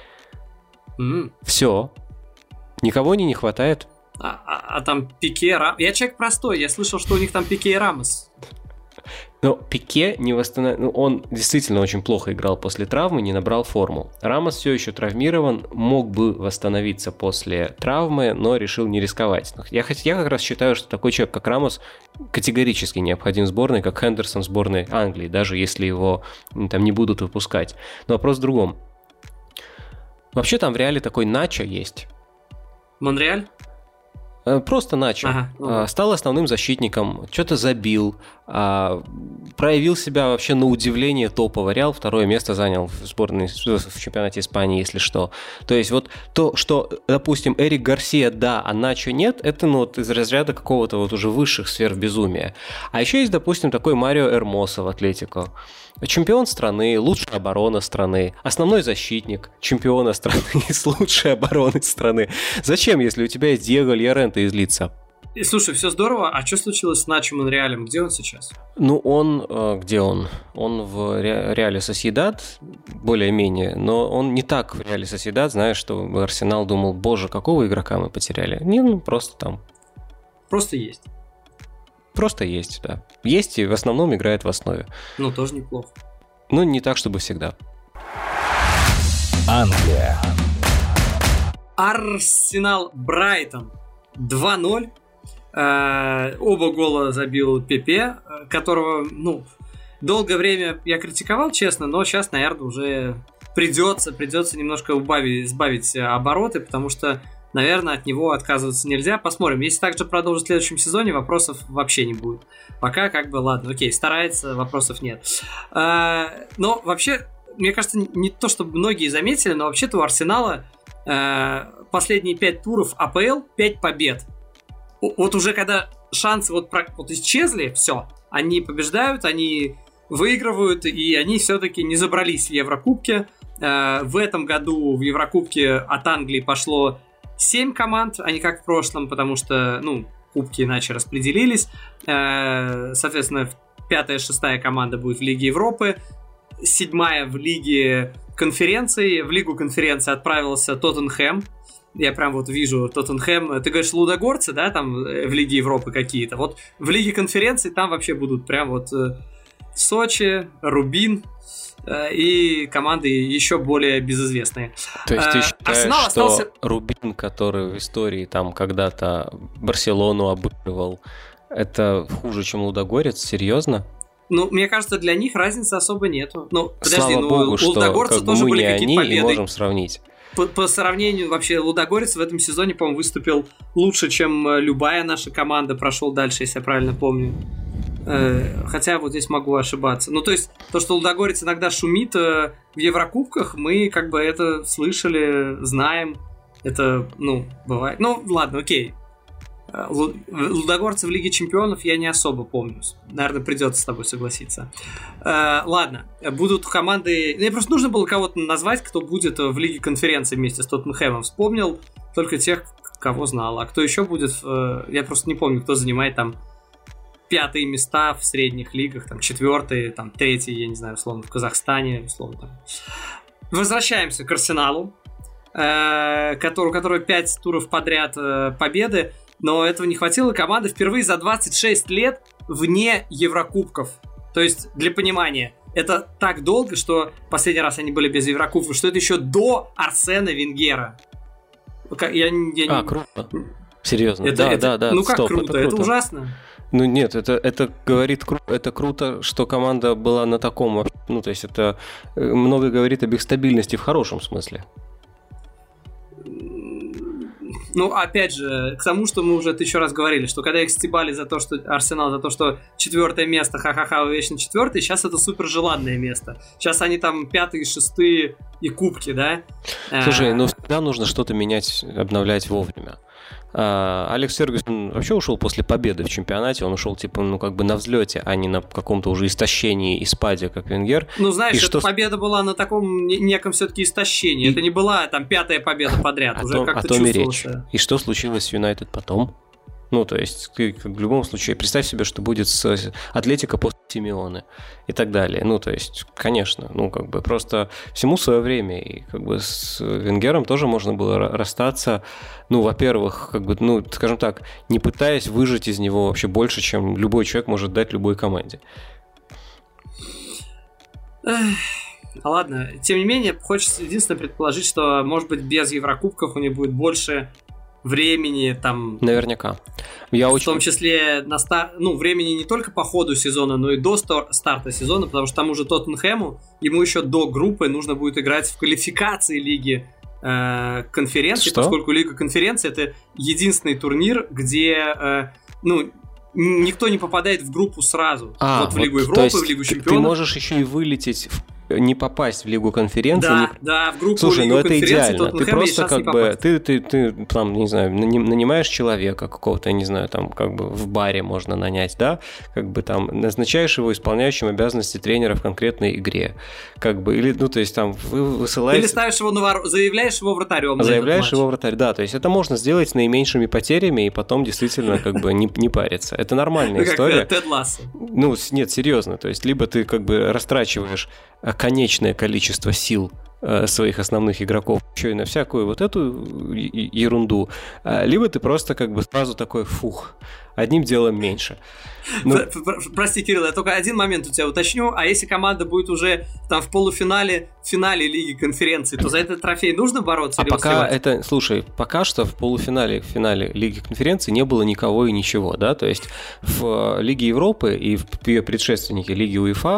Все. Никого не хватает. А там Пике, Я человек простой, я слышал, что у них там Пике и Рамос. Но Пике не восстановил. Он действительно очень плохо играл после травмы, не набрал форму. Рамос все еще травмирован, мог бы восстановиться после травмы, но решил не рисковать. Я как раз считаю, что такой человек, как Рамос, категорически необходим в сборной, как Хендерсон в сборной Англии, даже если его там не будут выпускать. Но вопрос в другом. Вообще там в Реале такой Начо есть. Монреаль? Просто Начо. Стал основным защитником, что-то забил, проявил себя вообще на удивление топово. Реал 2 место занял в сборной в чемпионате Испании, если что. То есть то, что, допустим, Эрик Гарсия да, а Начо нет, это из разряда какого-то уже высших сфер безумия. А еще есть, допустим, такой Марио Эрмоса в Атлетико. Чемпион страны, лучшая оборона страны, основной защитник чемпиона страны с лучшей обороны страны. Зачем, если у тебя есть Диего Льоренте из Лидса? Слушай, все здорово, а что случилось с Начо Монреалем? Где он сейчас? Где он? Он в Реале Сосьедад, более-менее, но он не так в Реале Сосьедад, знаешь, что Арсенал думал, боже, какого игрока мы потеряли. Не, просто там. Просто есть. Просто есть, да. Есть и в основном играет в основе. Тоже неплохо. Не так, чтобы всегда. Англия. Арсенал Брайтон 2-0. Оба гола забил Пепе, которого, долгое время я критиковал, честно, но сейчас, наверное, уже придется немножко сбавить обороты, потому что наверное, от него отказываться нельзя. Посмотрим. Если так же продолжит в следующем сезоне, вопросов вообще не будет. Пока ладно, окей, старается, вопросов нет. Но вообще, мне кажется, не то, чтобы многие заметили, но вообще-то у Арсенала последние 5 туров АПЛ 5 побед. Вот уже когда шансы вот исчезли, все, они побеждают, они выигрывают, и они все-таки не забрались в Еврокубке. В этом году в Еврокубке от Англии пошло 7 команд, а не как в прошлом, потому что, кубки иначе распределились. Соответственно, 5-6 команда будет в Лиге Европы, 7 в Лиге конференций. В Лигу конференции отправился Тоттенхэм. Я прям вот вижу Тоттенхэм. Ты говоришь, лудогорцы, да, там в Лиге Европы какие-то. Вот в Лиге конференций там вообще будут прям вот Сочи, Рубин и команды еще более безызвестные. То есть ты считаешь, Арсенал что остался... Рубин, который в истории там когда-то Барселону обыгрывал, это хуже, чем Лудогорец? Серьезно? Мне кажется, для них разницы особо нету. Слава богу, что Лудогорцы тоже мы были не какие-то они победы. и можем сравнить. По сравнению, вообще, Лудогорец в этом сезоне, по-моему, выступил лучше, чем любая наша команда, прошел дальше, если я правильно помню. Хотя вот здесь могу ошибаться. То есть, то, что Лудогорец иногда шумит в Еврокубках, мы как бы это слышали, знаем. Это, бывает. Ладно, окей. Лудогорцы в Лиге Чемпионов я не особо помню. Наверное, придется с тобой согласиться. Ладно, будут команды... Мне просто нужно было кого-то назвать, кто будет в Лиге Конференции вместе с Тоттенхэмом. Вспомнил только тех, кого знал. А кто еще будет... Я просто не помню, кто занимает там 5-е места в средних лигах, там 4-е, там 3-е, я не знаю, условно, в Казахстане, условно. Там. Возвращаемся к Арсеналу, у которого 5 туров подряд победы. Но этого не хватило. Команда впервые за 26 лет вне Еврокубков. То есть, для понимания, это так долго, что последний раз они были без Еврокубков, что это еще до Арсена Венгера. Круто. Серьезно. Да. Как круто? Это ужасно. Нет, это говорит, это круто, что команда была на таком... то есть, это много говорит об их стабильности в хорошем смысле. Опять же, к тому, что мы уже 1000 раз говорили, что когда их стебали за то, что Арсенал, за то, что 4-е место, ха-ха-ха, вы вечно 4-й, сейчас это супер желанное место. Сейчас они там 5-е, 6-е и кубки, да? Слушай, всегда нужно что-то менять, обновлять вовремя. Алекс Фергюсон вообще ушел после победы в чемпионате, он ушел на взлете, а не на каком-то уже истощении и спаде, как Венгер. Знаешь, эта победа была на таком неком все-таки истощении. Это не была там 5-я победа подряд, уже как-то чувствовалось. И что случилось с Юнайтед потом? То есть, ты в любом случае, представь себе, что будет с Атлетико после Симеоне и так далее. То есть, конечно, просто всему свое время. И с Венгером тоже можно было расстаться, во-первых, скажем так, не пытаясь выжать из него вообще больше, чем любой человек может дать любой команде. Ладно, тем не менее, хочется единственное предположить, что, может быть, без Еврокубков у них будет больше времени там... Наверняка. В том числе времени не только по ходу сезона, но и до старта сезона, потому что тому же Тоттенхэму, ему еще до группы нужно будет играть в квалификации Лиги конференции, поскольку Лига конференции это единственный турнир, где никто не попадает в группу сразу. В Лигу Европы, в Лигу Чемпионов. Ты можешь еще и вылететь не попасть в Лигу конференции. В группу Слушай, Лигу это конференции идеально. Ты просто ты там, не знаю, нанимаешь человека какого-то, я не знаю, там в баре можно нанять, да, там назначаешь его исполняющим обязанности тренера в конкретной игре, или, то есть там высылаешь... Или ставишь его заявляешь его вратарем. Заявляешь его вратарь, да, то есть это можно сделать с наименьшими потерями и потом действительно не париться. Это нормальная история. Как Тед Лассо. Нет, серьезно, то есть либо ты растрачиваешь конечное количество сил своих основных игроков еще и на всякую вот эту ерунду, либо ты просто сразу такой, одним делом меньше. Прости, Кирилл, я только один момент у тебя уточню, а если команда будет уже там в финале Лиги конференции, то за этот трофей нужно бороться? Пока что в финале Лиги конференции не было никого и ничего, да, то есть в Лиге Европы и в ее предшественнике Лиге УЕФА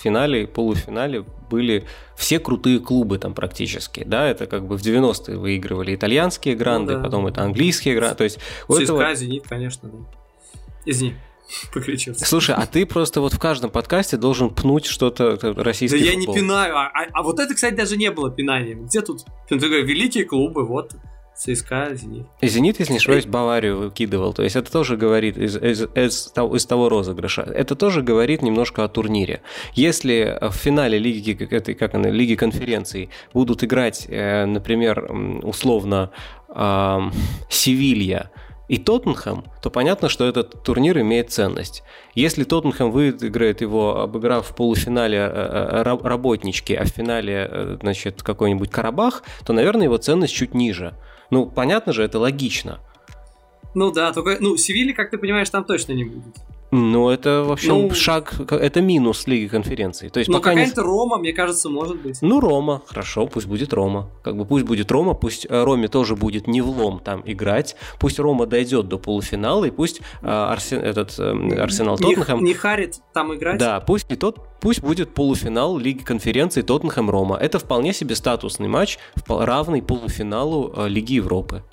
финале и полуфинале были все крутые клубы там практически, да, это как бы в 90-е выигрывали итальянские гранды, потом это английские гранды, то есть... ЦСКА, «Зенит», конечно, да. Извини. Покричился. Слушай, а ты просто вот в каждом подкасте должен пнуть что-то российский футбол. Да я не пинаю, а вот это, кстати, даже не было пинанием. Где тут? Ты говоришь, великие клубы, вот, ЦСКА, «Зенит». И «Зенит», если не ошибаюсь, Баварию выкидывал, то есть это тоже говорит из того розыгрыша, это тоже говорит немножко о турнире. Если в финале Лиги конференций будут играть, например, условно, Севилья и Тоттенхэм, то понятно, что этот турнир имеет ценность. Если Тоттенхэм выиграет его, обыграв в полуфинале Работнички, а в финале, значит, какой-нибудь Карабах, то, наверное, его ценность чуть ниже. Ну, понятно же, это логично. Ну да, только, Севильи, как ты понимаешь, там точно не будет. Ну, это, в общем, шаг, это минус Лиги конференций. То есть, пока какая-то Рома, мне кажется, может быть. Ну, Рома, хорошо, пусть будет Рома. Как бы пусть будет Рома, пусть Роме тоже будет не влом там играть, пусть Рома дойдет до полуфинала, и пусть Арсенал Тоттенхэм... Не харит там играть? Да, пусть будет полуфинал Лиги конференций Тоттенхэм-Рома. Это вполне себе статусный матч, равный полуфиналу Лиги Европы.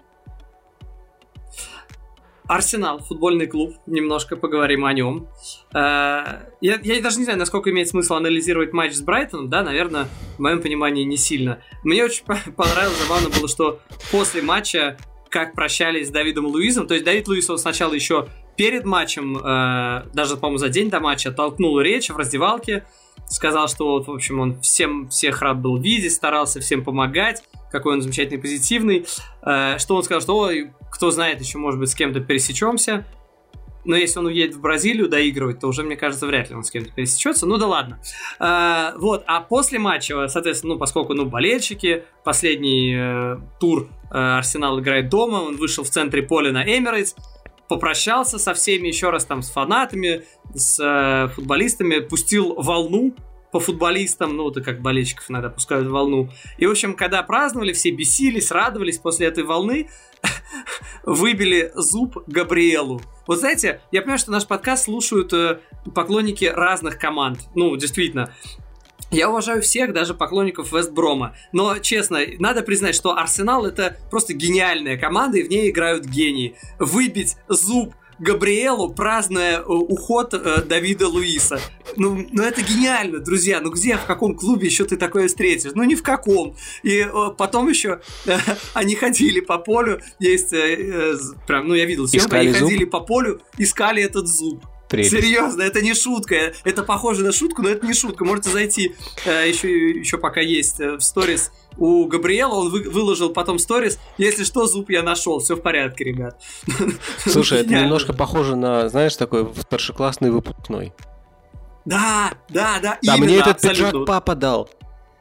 Арсенал, футбольный клуб, немножко поговорим о нем. Я даже не знаю, насколько имеет смысл анализировать матч с Брайтоном, да, наверное, в моем понимании не сильно. Мне очень понравилось, забавно было, что после матча, как прощались с Давидом Луизом, то есть Давид Луиз, он сначала еще перед матчем, даже, по-моему, за день до матча, толкнул речь в раздевалке, сказал, что, вот, в общем, он всех рад был видеть, старался всем помогать, какой он замечательный, позитивный, что он сказал, что, ой, кто знает, еще, может быть, с кем-то пересечемся, но если он уедет в Бразилию доигрывать, то уже, мне кажется, вряд ли он с кем-то пересечется, ну да ладно. Вот, а после матча, соответственно, поскольку, болельщики, последний тур Арсенал играет дома, он вышел в центре поля на Эмирейтс, попрощался со всеми еще раз там с фанатами, с футболистами, пустил волну по футболистам, это как болельщиков иногда пускают волну. И, в общем, когда праздновали, все бесились, радовались после этой волны, выбили зуб Габриэлу. Вот знаете, я понимаю, что наш подкаст слушают поклонники разных команд. Действительно. Я уважаю всех, даже поклонников Вест-Брома. Но, честно, надо признать, что Арсенал — это просто гениальная команда, и в ней играют гении. Выбить зуб Габриэлу, празднуя уход Давида Луиса. Это гениально, друзья. Где, в каком клубе еще ты такое встретишь? Ни в каком. И потом еще они ходили по полю. Есть прям, я видел съемку, они ходили по полю, искали этот зуб. Прелесть. Серьезно, это не шутка. Это похоже на шутку, но это не шутка. Можете зайти еще пока есть в сторис у Габриэла. Он выложил потом сторис. Если что, зуб я нашел. Все в порядке, ребят. Слушай, это немножко похоже на, знаешь, такой старшеклассный выпускной. Да. А мне этот пиджак папа дал.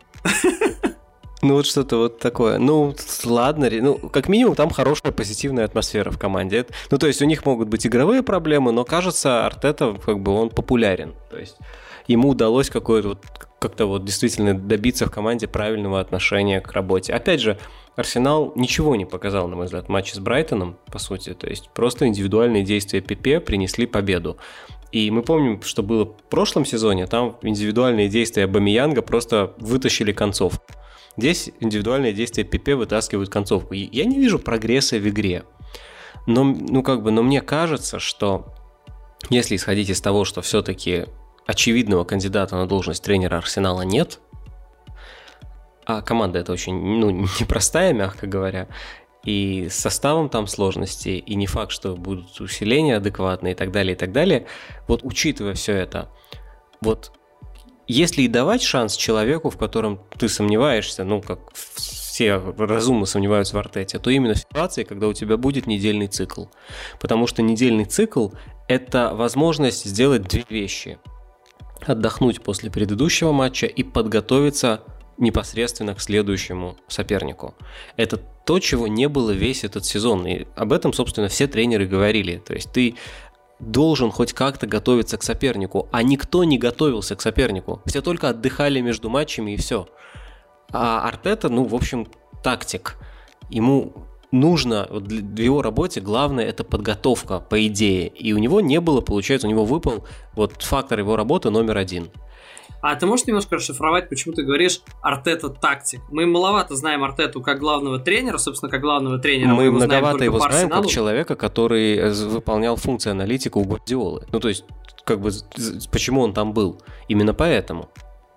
Вот что-то вот такое. Ладно, как минимум там хорошая позитивная атмосфера в команде. То есть у них могут быть игровые проблемы, но кажется, Артета, он популярен. То есть ему удалось как-то действительно добиться в команде правильного отношения к работе. Опять же, Арсенал ничего не показал, на мой взгляд, в матче с Брайтоном, по сути. То есть просто индивидуальные действия Пепе принесли победу. И мы помним, что было в прошлом сезоне, там индивидуальные действия Абамеянга просто вытащили концовку. Здесь индивидуальные действия Пепе вытаскивают концовку. Я не вижу прогресса в игре. Но мне кажется, что если исходить из того, что все-таки очевидного кандидата на должность тренера Арсенала нет, а команда это очень непростая, мягко говоря, и с составом там сложности, и не факт, что будут усиления адекватные и так далее, вот учитывая все это, если и давать шанс человеку, в котором ты сомневаешься, как все разумно сомневаются в Артете, то именно в ситуации, когда у тебя будет недельный цикл. Потому что недельный цикл – это возможность сделать две вещи. Отдохнуть после предыдущего матча и подготовиться непосредственно к следующему сопернику. Это то, чего не было весь этот сезон. И об этом, собственно, все тренеры говорили. То есть ты должен хоть как-то готовиться к сопернику, а никто не готовился к сопернику. Все только отдыхали между матчами и все. А Артета, в общем, тактик. Ему нужно, в его работе главное это подготовка, по идее. И у него не было, получается, у него выпал фактор его работы номер один. А ты можешь немножко расшифровать, почему ты говоришь Артета тактик? Мы маловато знаем Артету как главного тренера, собственно, как главного тренера. Мы многовато его знаем Арсеналу. как человека, который выполнял функции аналитика у Гвардиолы. Ну, то есть, как бы, почему он там был? Именно поэтому.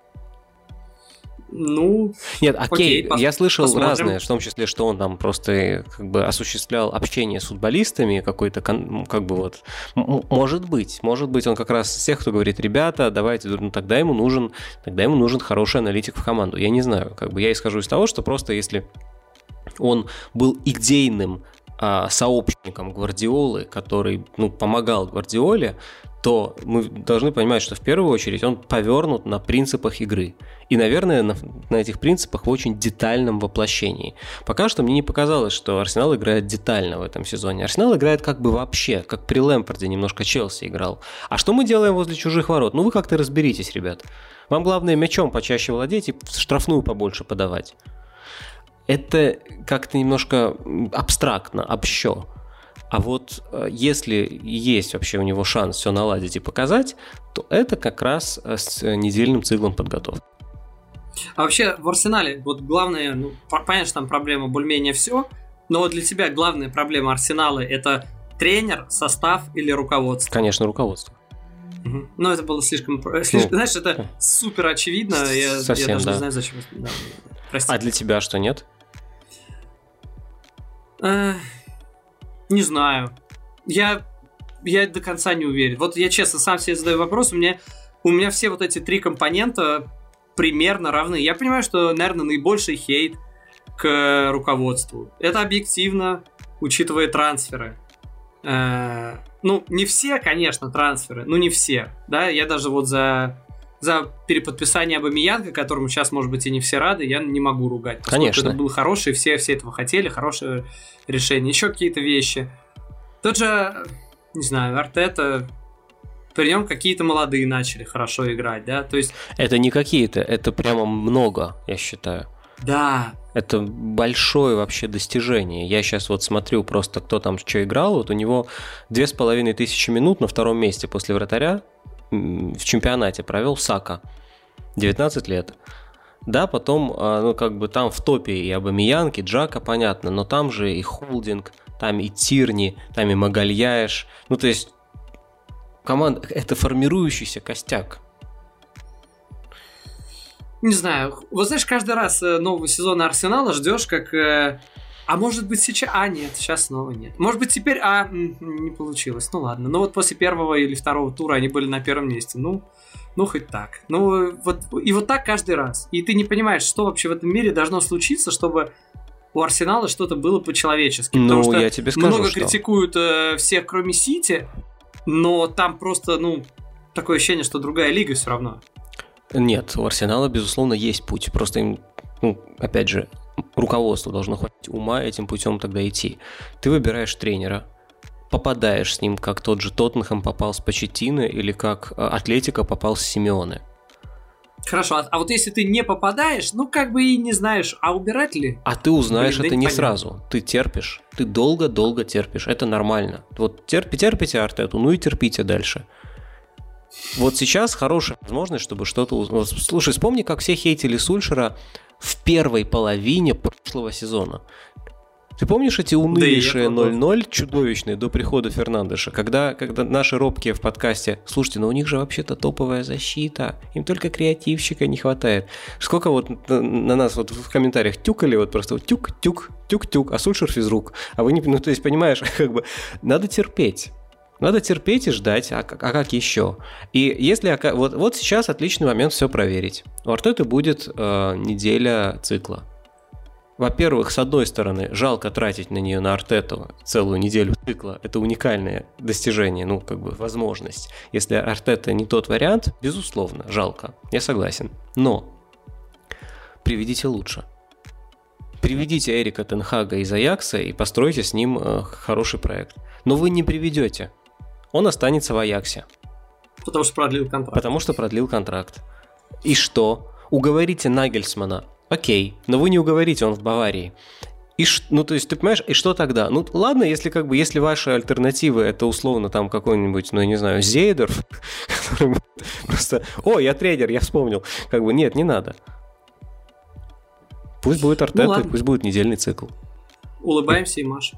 Ну, нет, окей, я слышал посмотрим. разное, в том числе, что он там просто как бы осуществлял общение с футболистами, какой-то, как бы вот, может быть, он как раз из тех, кто говорит, ребята, давайте, ну, тогда ему нужен хороший аналитик в команду. Я не знаю, как бы я исхожу из того, что просто если он был идейным сообщником Гвардиолы, который, ну, помогал Гвардиоле, то мы должны понимать, что в первую очередь он повернут на принципах игры. И, наверное, на этих принципах в очень детальном воплощении. Пока что мне не показалось, что Арсенал играет детально в этом сезоне. Арсенал играет как бы вообще, как при Лэмпарде немножко Челси играл. А что мы делаем возле чужих ворот? Ну вы как-то разберитесь, ребят. Вам главное мячом почаще владеть и штрафную побольше подавать. Это как-то немножко абстрактно, общо. А вот если есть вообще у него шанс все наладить и показать, то это как раз с недельным циклом подготовки. А вообще в Арсенале, вот главное, ну, понятно, что там проблема более-менее все, но вот для тебя главная проблема Арсенала — это тренер, состав или руководство? Конечно, руководство. Угу. Но это было слишком знаешь, это супер очевидно, я даже не знаю, зачем. Да, простите. А для тебя что, нет? Не знаю. Я до конца не уверен. Вот я честно сам себе задаю вопрос. У меня все вот эти три компонента примерно равны. Я понимаю, что, наверное, наибольший хейт к руководству. Это объективно, учитывая трансферы. Ну, не все, конечно, трансферы. Ну, не все. Да, я даже вот за переподписание Абамеянга, которому сейчас, может быть, и не все рады, я не могу ругать. Конечно. Это был хороший, все этого хотели, хорошее решение. Еще какие-то вещи. Тот же, не знаю, Артета, при нем какие-то молодые начали хорошо играть, да, то есть... Это не какие-то, это прямо много, я считаю. Да. Это большое вообще достижение. Я сейчас вот смотрю просто, кто там что играл. Вот у него 2500 минут на втором месте после вратаря в чемпионате провел Сака. 19 лет. Да, потом, ну, как бы там в топе и Абамеянг, и Джака, понятно, но там же и Холдинг, там и Тирни, там и Магальяеш. Ну, то есть, команда – это формирующийся костяк. Не знаю. Вот знаешь, каждый раз нового сезона Арсенала ждешь, как... А может быть сейчас... А, нет, сейчас снова нет. Может быть теперь... не получилось. Ну ладно. Ну вот после первого или второго тура они были на первом месте. Ну хоть так. Ну вот... И вот так каждый раз. И ты не понимаешь, что вообще в этом мире должно случиться, чтобы у Арсенала что-то было по-человечески. Ну, потому что я тебе скажу, много что... критикуют всех, кроме Сити, но там просто, такое ощущение, что другая лига все равно. Нет, у Арсенала, безусловно, есть путь. Просто им, опять же, руководству должно хватить ума этим путем тогда идти. Ты выбираешь тренера, попадаешь с ним, как тот же Тоттенхэм попал с Почеттино или как Атлетико попал с Симеоне. Хорошо, а вот если ты не попадаешь, как бы и не знаешь, а убирать ли? А ты узнаешь это не непонятно. сразу. Ты терпишь, ты долго-долго терпишь. Это нормально. Вот терпите Артету, и терпите дальше. Вот сейчас хорошая возможность, чтобы что-то узнать. Слушай, вспомни, как все хейтили Сульшера в первой половине прошлого сезона. Ты помнишь эти унылейшие 0-0 чудовищные до прихода Фернандеша, когда наши робкие в подкасте, слушайте, у них же вообще-то топовая защита, им только креативщика не хватает. Сколько вот на нас вот в комментариях тюкали, вот просто вот тюк, а Сульшер физрук. А вы не... то есть, понимаешь, как бы надо терпеть. Надо терпеть и ждать, а как еще? И если... Вот сейчас отличный момент все проверить. У Артеты будет неделя цикла. Во-первых, с одной стороны, жалко тратить на нее, на Артету, целую неделю цикла. Это уникальное достижение, возможность. Если Артета не тот вариант, безусловно, жалко. Я согласен. Но приведите лучше. Приведите Эрика Тен Хага из Аякса и постройте с ним хороший проект. Но вы не приведете. Он останется в Аяксе. Потому что продлил контракт. И что? Уговорите Нагельсмана. Окей, но вы не уговорите, он в Баварии. То есть, ты понимаешь, и что тогда? Ладно, если ваши альтернативы это условно там какой-нибудь, я не знаю, Зейдорф, который будет просто, я тренер, я вспомнил. Как бы нет, не надо. Пусть будет Артета, пусть будет недельный цикл. Улыбаемся и машем.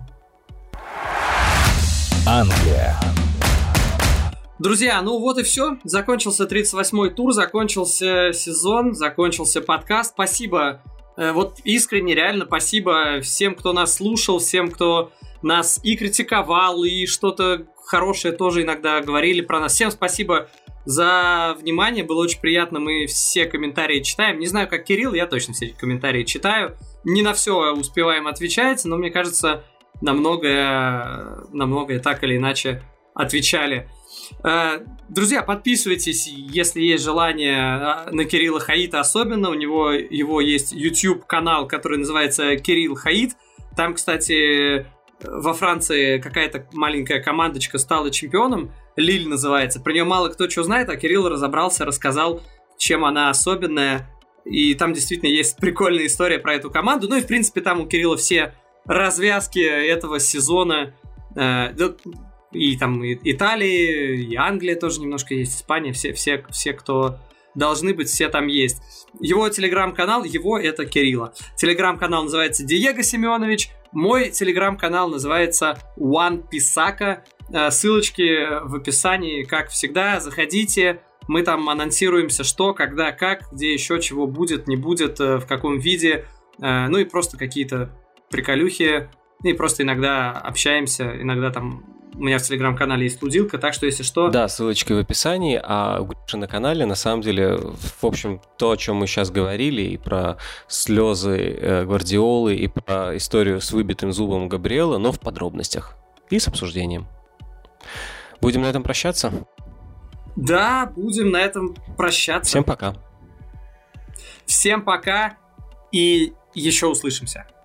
Англия. Друзья, вот и все. Закончился 38-й тур, закончился сезон, закончился подкаст. Спасибо, искренне, реально спасибо всем, кто нас слушал, всем, кто нас и критиковал, и что-то хорошее тоже иногда говорили про нас. Всем спасибо за внимание, было очень приятно, мы все комментарии читаем. Не знаю, как Кирилл, я точно все эти комментарии читаю. Не на все успеваем отвечать, но мне кажется, на многое так или иначе отвечали. Друзья, подписывайтесь, если есть желание, на Кирилла Хаита особенно. У него есть YouTube-канал, который называется Кирилл Хаит. Там, кстати, во Франции какая-то маленькая командочка стала чемпионом. Лиль называется. Про нее мало кто что знает, а Кирилл разобрался, рассказал, чем она особенная. И там действительно есть прикольная история про эту команду. Ну и, в принципе, там у Кирилла все развязки этого сезона. И там и Италия, и Англия тоже немножко есть, Испания, все, кто должны быть, все там есть. Его телеграм-канал, это Кирилла. Телеграм-канал называется Диего Семенович. Мой телеграм-канал называется One Pisaka. Ссылочки в описании, как всегда. Заходите, мы там анонсируемся, что, когда, как, где еще чего будет, не будет, в каком виде. Ну и просто какие-то приколюхи. И просто иногда общаемся, иногда там... У меня в телеграм-канале есть лудилка, так что, если что... Да, ссылочки в описании, а у Гриши на канале, на самом деле, в общем, то, о чем мы сейчас говорили, и про слезы Гвардиолы, и про историю с выбитым зубом Габриэла, но в подробностях и с обсуждением. Будем на этом прощаться? Да, будем на этом прощаться. Всем пока. Всем пока, и еще услышимся.